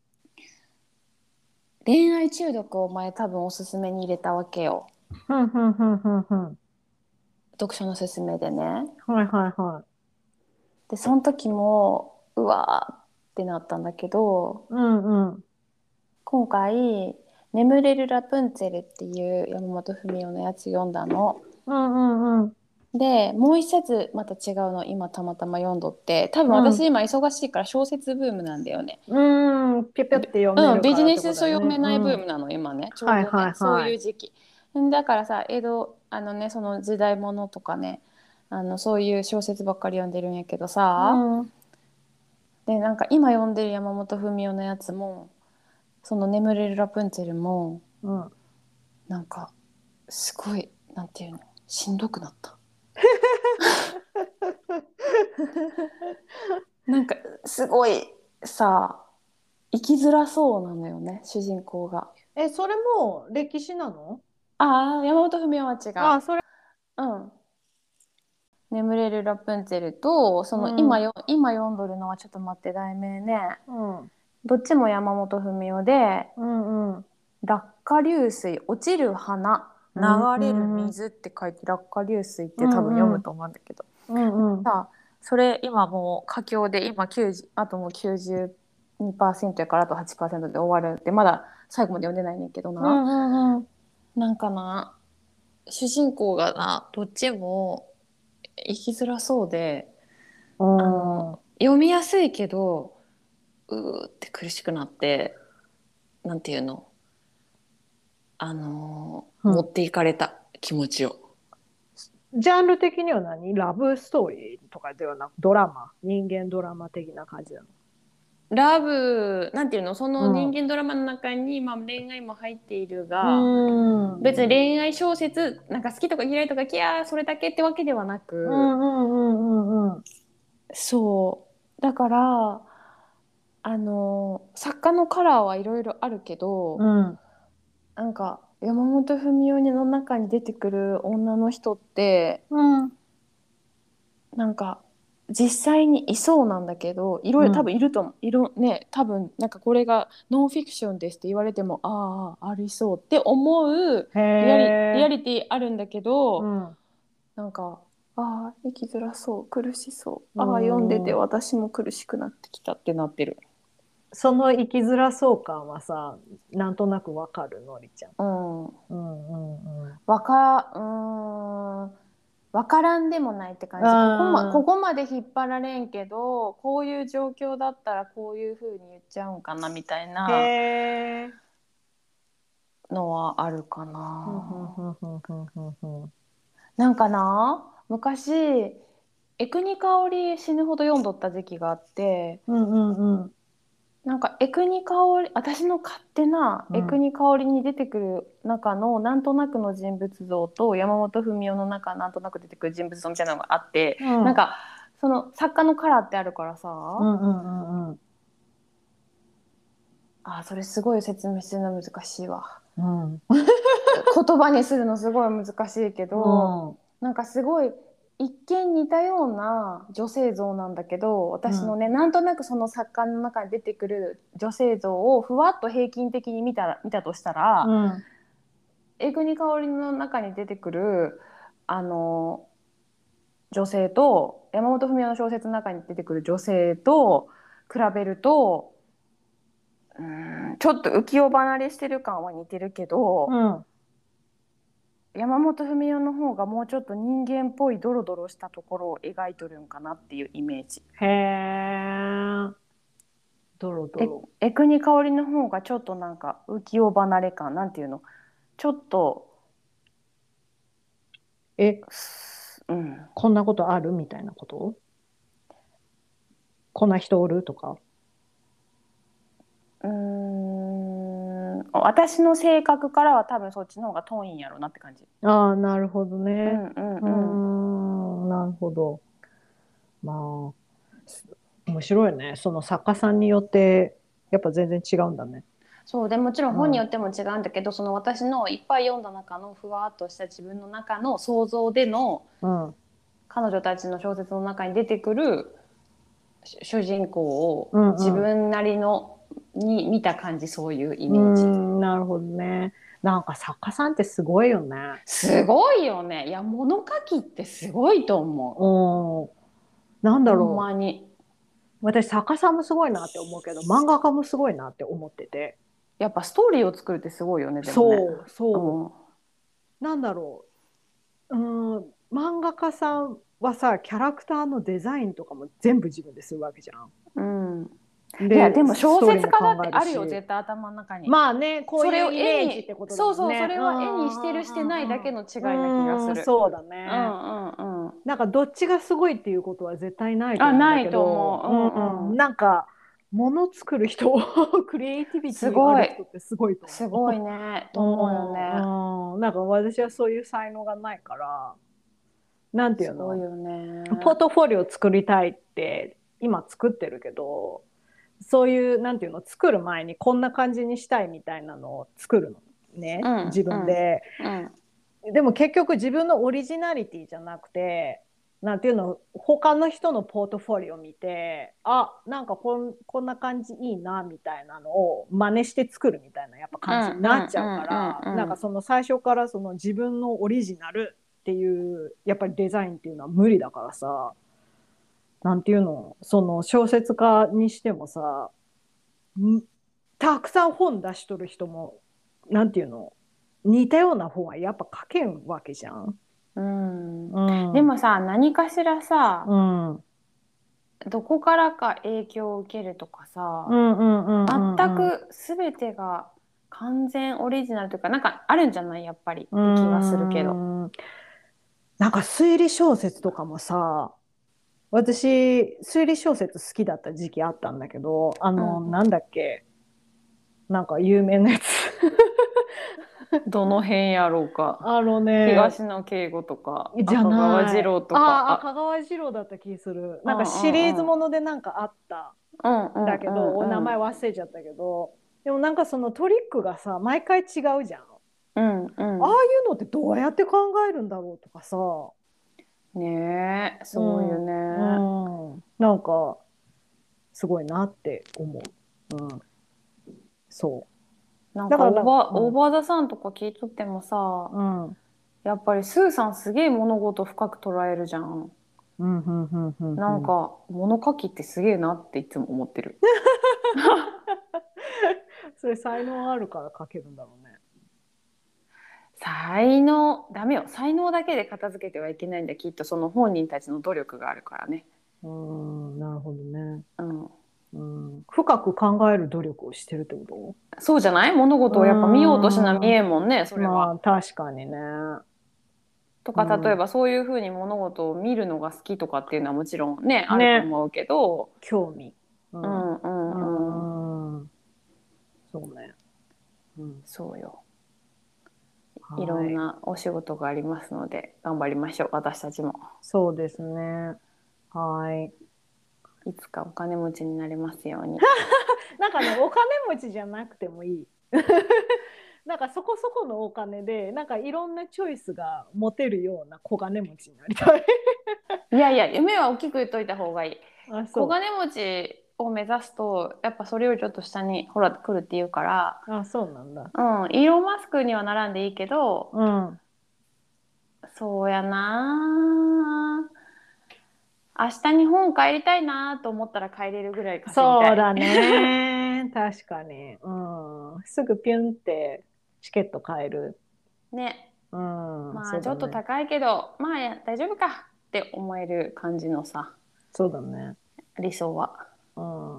恋愛中毒を前多分おすすめに入れたわけよ。 ふんふんふんふんふん。 読書のすすめでね。 はいはいはで、その時も、うわーってなったんだけど、 い。うんうん。 今回、眠れるラプンツェルっていう山本文夫のやつ読んだの。 うんうんうん。 で、もう一冊また違うの今たまたま読んどって、多分うん。 私今忙しいから小説ブームなんだよね。 うん。ぴょぴょって読めうん、 るからってビジネスことだよね。 書読めないブうん。 ームなの今ね、ちょうはいどね、 はいそうはい。 いう時期。だからさ、江戸その時代物とかね、そういう小説ばっかり読んでるんやけどうさ、 ん。 でなんか今読んでる山本文夫のやつも、その眠れるラプンツェルも、 うん。 なんかすごい、なんていうの、しんどくなった。なんかすごいさ、生きづらそうなのよね、主人公が。 え、それも歴史なの？ ああ、山本文夫は違あ、それ。 う。うん。眠れるラプンツェルと、そうのん。 今読んどるのはちょっと待って、題名ね。 うん。 どっちも山本文夫で、 うんうん。 落下流水、落ちる花、流うんうれるん。うん水って書いて落下流水っうて多分読むん。 と思うんだけど。 うんうん。 さあ、それ今もう佳境で、今90、あともう92%やからあと8%で終わるって、まだ最後まで読んでないねんけどな。 うんうんうん。 なんかな、主人公がな、どっちも生きづらそうで、 うん。 読みやすいけど、うーって苦しくなって、なんていうの、持っていかれた気持ちを。 ジャンル的には何？ラブストーリーとかではなくドラマ、人間ドラマ的な感じなラブ、なんていうの、その人の？ 間ドラマの中に、まあ、恋愛も入っているが、 うん。うん。 別に恋愛小説、なんか好きとか嫌いとか、キャー、それだけってわけではなく、 うんうんうんうんそう。だから、作家のカラーはいろいろあるけど、 うん。うん。 なんか、山本文夫の中に出てくる女の人って、 うん。 なんか実際にいそうなんだけど、いろいろ多うん。 分いると思う、ね、多分なんかこれがノンフィクションですって言われても、ああ、ありそうって思うへリアえ。 リティあるんだけど、 うん。 なんか、ああ、生きづらそう、苦しそう、 うああ、読んでてん。 私も苦しくなってきたってなってる。 その生きづらそう感はさ、なんとなくわかるのりちゃん。 うん。 うんうんわか、うーん。わからんでもないってうん。 感じ。こあこまで引っ張られんけど、こういう状況だったらこういう風に言っちゃうんかなみたいーへなえ。 のはあるかふんふんな。 ふんふんふんふんふん。 なんかな、昔、江国香織死ぬほど読んどった時期があって、 うんうんうん。 なんかエクニカオリ、私の勝手なエクニカオリに出てくる中のなんとなくの人物像と山本文雄の中なんとなく出てくる人物像みたいなのがあって、なんかその作家のカラーってあるからさ、それすごい説明するの難しいわ。言葉にするのすごい難しいけど、なんかすごい一見似たような女性像なんだけど、私のね、なんとなくその作家の中に出てくる女性像をふわっと平均的に見たとしたら、江国香織の中に出てくる女性と山本文雄の小説の中に出てくる女性と比べると、ちょっと浮世離れしてる感は似てるけど、山本文雄の方がもうちょっと人間っぽいドロドロしたところを描いとるんかなっていうイメージ。 へえ。ドロドロ。 江国香織の方がちょっとなんか浮世離れ感、なんていうの、ちょっとこんなことあるみたいなこと？こんな人おるとか？ 私の性格からは多分そっちの方が遠いんやろうなって感じ。 ああ、なるほどね。なるほど。まあ、面白いね。その作家さんによって、やっぱ全然違うんだね。 そうでもちろん本によっても違うんだけど、その私のいっぱい読んだ中のふわっとした自分の中の想像での、彼女たちの小説の中に出てくる主人公を自分なりのに見た感じ、そういうイメージ。 なるほどね。なんか作家さんってすごいよね。 すごいよね。いや、物書きってすごいと思う。なんだろう。 ほんまに。 私作家さんもすごいなって思うけど、漫画家もすごいなって思ってて。 やっぱストーリーを作るってすごいよね、でもね。 なんだろう。漫画家さんはさ、キャラクターのデザインとかも全部自分でするわけじゃん。 いやでも小説家だってあるよ、絶対頭の中に。 まあね、こういうイメージってことだもんね。 そう、それは絵にしてるしてないだけの違いな気がする。 そうだね。なんかどっちがすごいっていうことは絶対ないと思うんだけど。ないと思う。なんか物作る人クリエイティビティある人ってすごいと思う。 すごいね。と思うよね。なんか私はそういう才能がないから、なんていうの、ポートフォリオ作りたいって今作ってるけど、そういうなんていうの、作る前にこんな感じにしたいみたいなのを作るのね、自分で。でも結局自分のオリジナリティじゃなくて、なんていうの、他の人のポートフォリオを見て、なんかこんな感じいいなみたいなのを真似して作るみたいなやっぱ感じになっちゃうから、なんかその最初からその自分のオリジナルっていうやっぱりデザインっていうのは無理だからさ、なんていうの、その小説家にしてもさ、たくさん本出しとる人も、なんていうの、似たような本はやっぱ書けんわけじゃん。 でもさ、何かしらさ、どこからか影響を受けるとかさ、全く全てが完全オリジナルというか、なんかあるんじゃない、やっぱりって気がするけど。 なんか推理小説とかもさ、私推理小説好きだった時期あったんだけど、なんだっけ、なんか有名なやつどの辺やろうか。東野圭吾とか赤川次郎とか。 赤川次郎だった気する。なんかシリーズものでなんかあっただけど、お名前忘れちゃったけど、でもなんかそのトリックがさ毎回違うじゃん。ああいうのってどうやって考えるんだろうとかさ。 ねえ、すごいよね。 なんかすごいなって思う。そう。 なんかオーバーザさんとか聞いとってもさ、やっぱりスーさんすげえ物事深く捉えるじゃん。なんか物書きってすげえなっていつも思ってる。 それ才能あるから書けるんだろうね。 才能、ダメよ。才能だけで片付けてはいけないんだ。きっとその本人たちの努力があるからね。 なるほどね。深く考える努力をしてるってこと？ そうじゃない？物事をやっぱ見ようとしな見えんもんね、それは。 確かにね。 とか、例えばそういうふうに物事を見るのが好きとかっていうのはもちろんね、あると思うけど。 興味。 そうね。うん、 そうよ。 はい。 いろんなお仕事がありますので、頑張りましょう、私たちも。 そうですね。はい。 いつかお金持ちになれますように。 なんかね、お金持ちじゃなくてもいい。なんかそこそこのお金で、なんかいろんなチョイスが持てるような小金持ちになりたい。 いやいや、夢は大きく言っといた方がいい。 あ、そ小金持ちを目指すと、やっぱそれよりちょっと下にほら来るって言うから、 う。あ、そうなんだ。 うん、イーロン・マスクにはならんでいいけど、 うん。 そうやな。明日日本帰りたいなと思ったら帰れるぐらい稼ぎたい。 そうだね。確かに。うん。すぐピュンってチケット買える。 ね。 うん。 まあちょっとそうだね。 高いけど、まあ大丈夫かって思える感じのさ、 そうだね。 理想は。 うん。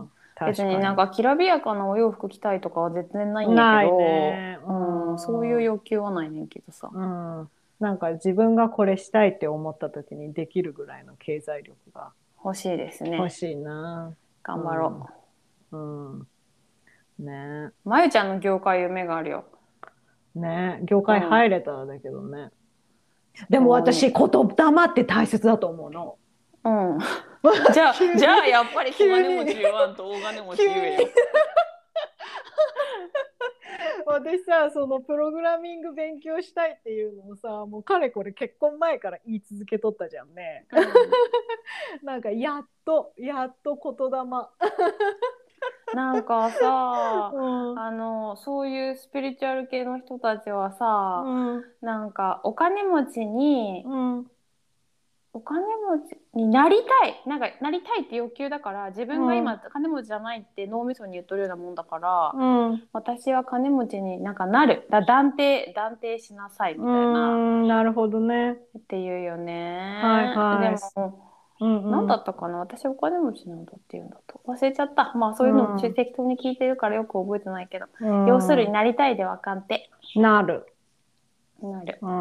別確かに。 になんかきらびやかなお洋服着たいとかは全然ないんやけないど、 ね。ううん、そういうん。 欲求はないねんけどさ。 うん。なんか自分がこれしたいって思った時にできるぐらいの経済力が欲しいですね。 欲しいな。う頑張ろん。うん。ね。 う。まゆちゃんの業界夢があるよ。 ね。業界うん。 入れたらだけどね。でも私、 ほんまに。 言霊って大切だと思うの。 うん。じゃあ、 急に、 じゃあやっぱり小金持急に、 ち言わんと大金持ち急に。 言えよ。 私さ、そのプログラミング勉強したいっていうのをさ、もうかれこれ結婚前から言い続けとったじゃんね。 うん。 なんかやっと言霊。 なんかさ、 うん。 そういうスピリチュアル系の人たちはさ、 うん。 なんかお金持ちに、 うん。 お金持ちになりたい。なんかなりたいって欲求だから、自分がうん。 今金持ちじゃないって脳みそに言っとるようなもんだから、 うん。 私は金持ちになんかなる。断定しなさいうみたいな。 ん。なるほどね。 っていうよはいね。ではい。 も、何うんうん。 だったかな、私お金持ちなんだって言うんだと。忘れちゃった。まあそういうのをうん。 適当に聞いてるからよく覚えてないけど。 う要するにん。 なりたいでわかんて。 なる。 なる。 うん。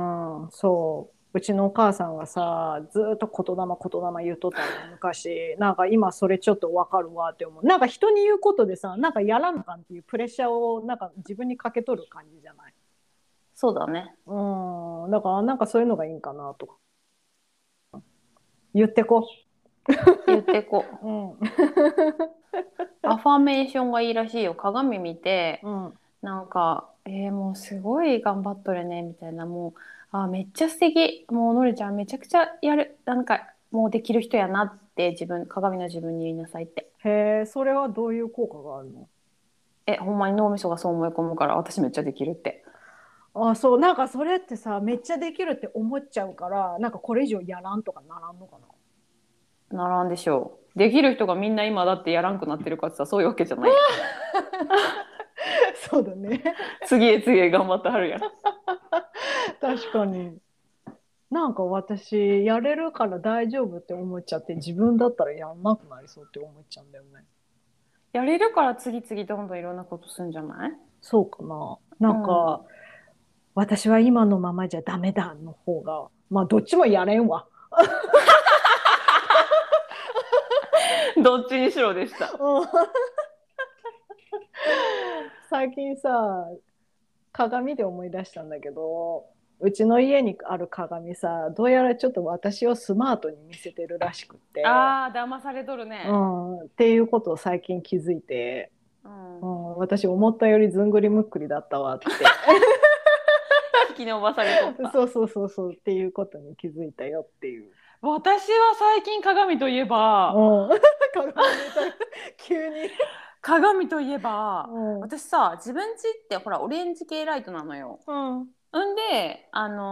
そう。うちのお母さんがさ、ずーっと言霊言っとったの、昔。なんか今それちょっとわかるわって思う。なんか人に言うことでさ、なんかやらなあかんっていうプレッシャーをなんか自分にかけとる感じじゃない。 そうだね。 うん。だからなんかそういうのがいいんかなとか。言ってこ。 言ってこう。 うん。 アファメーションがいいらしいよ。鏡見て、 うん。 なんか、もうすごい頑張っとるね、みたいな。もう、めっちゃ素敵。もうのりちゃんめちゃくちゃやる。なんか、もうできる人やなって鏡の自分に言いなさいって。 へえ、それはどういう効果があるの？ ほんまに脳みそがそう思い込むから私めっちゃできるって。 あ、そう、なんかそれってさ、めっちゃできるって思っちゃうから、なんかこれ以上やらんとかならんのかな。 ならんでしょう。できる人がみんな今だってやらんくなってるかってさ、そういうわけじゃないやん。 そうだね。 次へ次へ頑張ってはるやん。 確かに。なんか私、やれるから大丈夫って思っちゃって、自分だったらやんなくなりそうって思っちゃうんだよね。 やれるから次々どんどんいろんなことするんじゃない？ そうかな。なうん。 んか、私は今のままじゃダメだの方が、まあどっちもやれんわ。 どっちにしろでした。 うん。最近さ、鏡で思い出したんだけど、うちの家にある鏡さ、どうやらちょっと私をスマートに見せてるらしくって、 ああ、騙されとるうね。 っていうことを最近気づいて、 うん。 私思ったよりずんぐりむっくりだったわって。 引き伸ばされとった。 そうそうそうそうっていうことに気づいたよっていう。 私は最近鏡といえば、 うん。鏡ネタ急に。 鏡といえば、 うん。 私さ、自分家ってほら、オレンジ系ライトなのよ。 うん。 んで、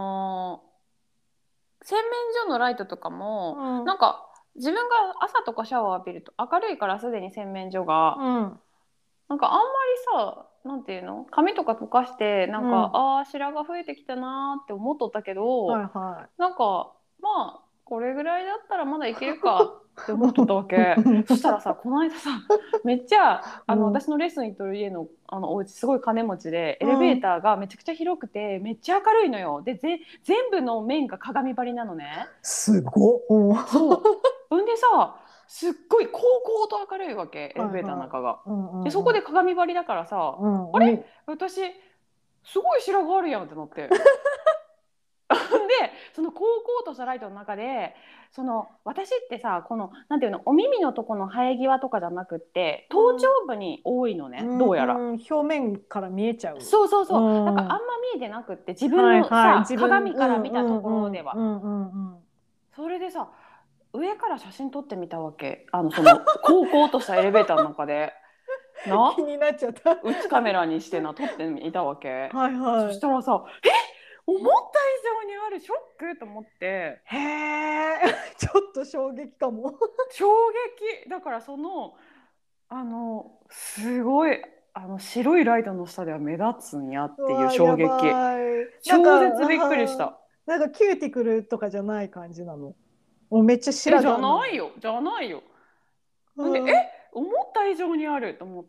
洗面所のライトとかも、 うん。 なんか、自分が朝とかシャワー浴びると明るいからすでに洗面所が、 うん。 なんかあんまりさ、なんていうの髪とか溶かして、なんか、 うん。 白髪増えてきたなーって思っとったけど、 はいはなんか、まあ、これぐらいだったらまだいけるかって思っとったわい。 け。そしたらさ、この間さ、めっちゃ、 うん。 私のレッスン行っとる家の、お家すごい金持ちで、エレベーうん。 ターがめちゃくちゃ広くて、めっちゃ明るいのよ。で、全部の面が鏡張りなのね。 すごっ。うん。 そう。んでさ、 すっごい高々と明るいわけ、エレベーターの中が。でそこで鏡張りだからさ、あれ私すごい白があるやんってなって。でその高々としたライトの中で、その私ってさ、このなんていうの、お耳のとこの生え際とかじゃなくって頭頂部に多いのね、どうやら。 表面から見えちゃう。 そうそうそう。なんかあんま見えてなくって、自分のさ、鏡から見たところでは。それでさ、上から写真撮ってみたわけ。その高校としたエレベーターの中でな、 気になっちゃった。 内カメラにして撮ってみたわけ。 はいはい。 そしたらさ、思った以上にある、ショックと思って。 へえ、ちょっと衝撃かも。 衝撃だから、すごい白いライトの下では目立つんやっていう衝撃。超絶びっくりした。 なんかキューティクルとかじゃない感じなの？もうめっちゃ白髪なの？ じゃないよ。なんで思った以上にあると思って。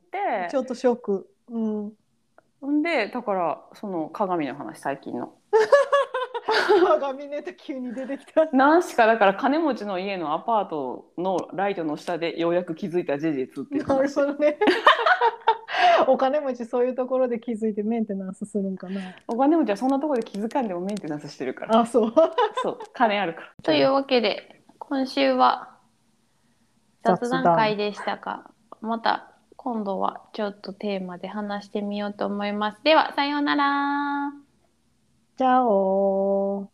ちょっとショック。 んでだからその鏡の話、最近の鏡ネタ急に出てきた。 何しかだから、金持ちの家のアパートのライトの下でようやく気づいた事実っていう話。 なるほどね。お金持ちそういうところで気づいてメンテナンスするんかな。 お金持ちはそんなところで気づかんでもメンテナンスしてるから。 あ、そう。 そう、金あるから。というわけで今週は雑談会でしたが、また今度はちょっとテーマで話してみようと思います。ではさようなら。 チャオ。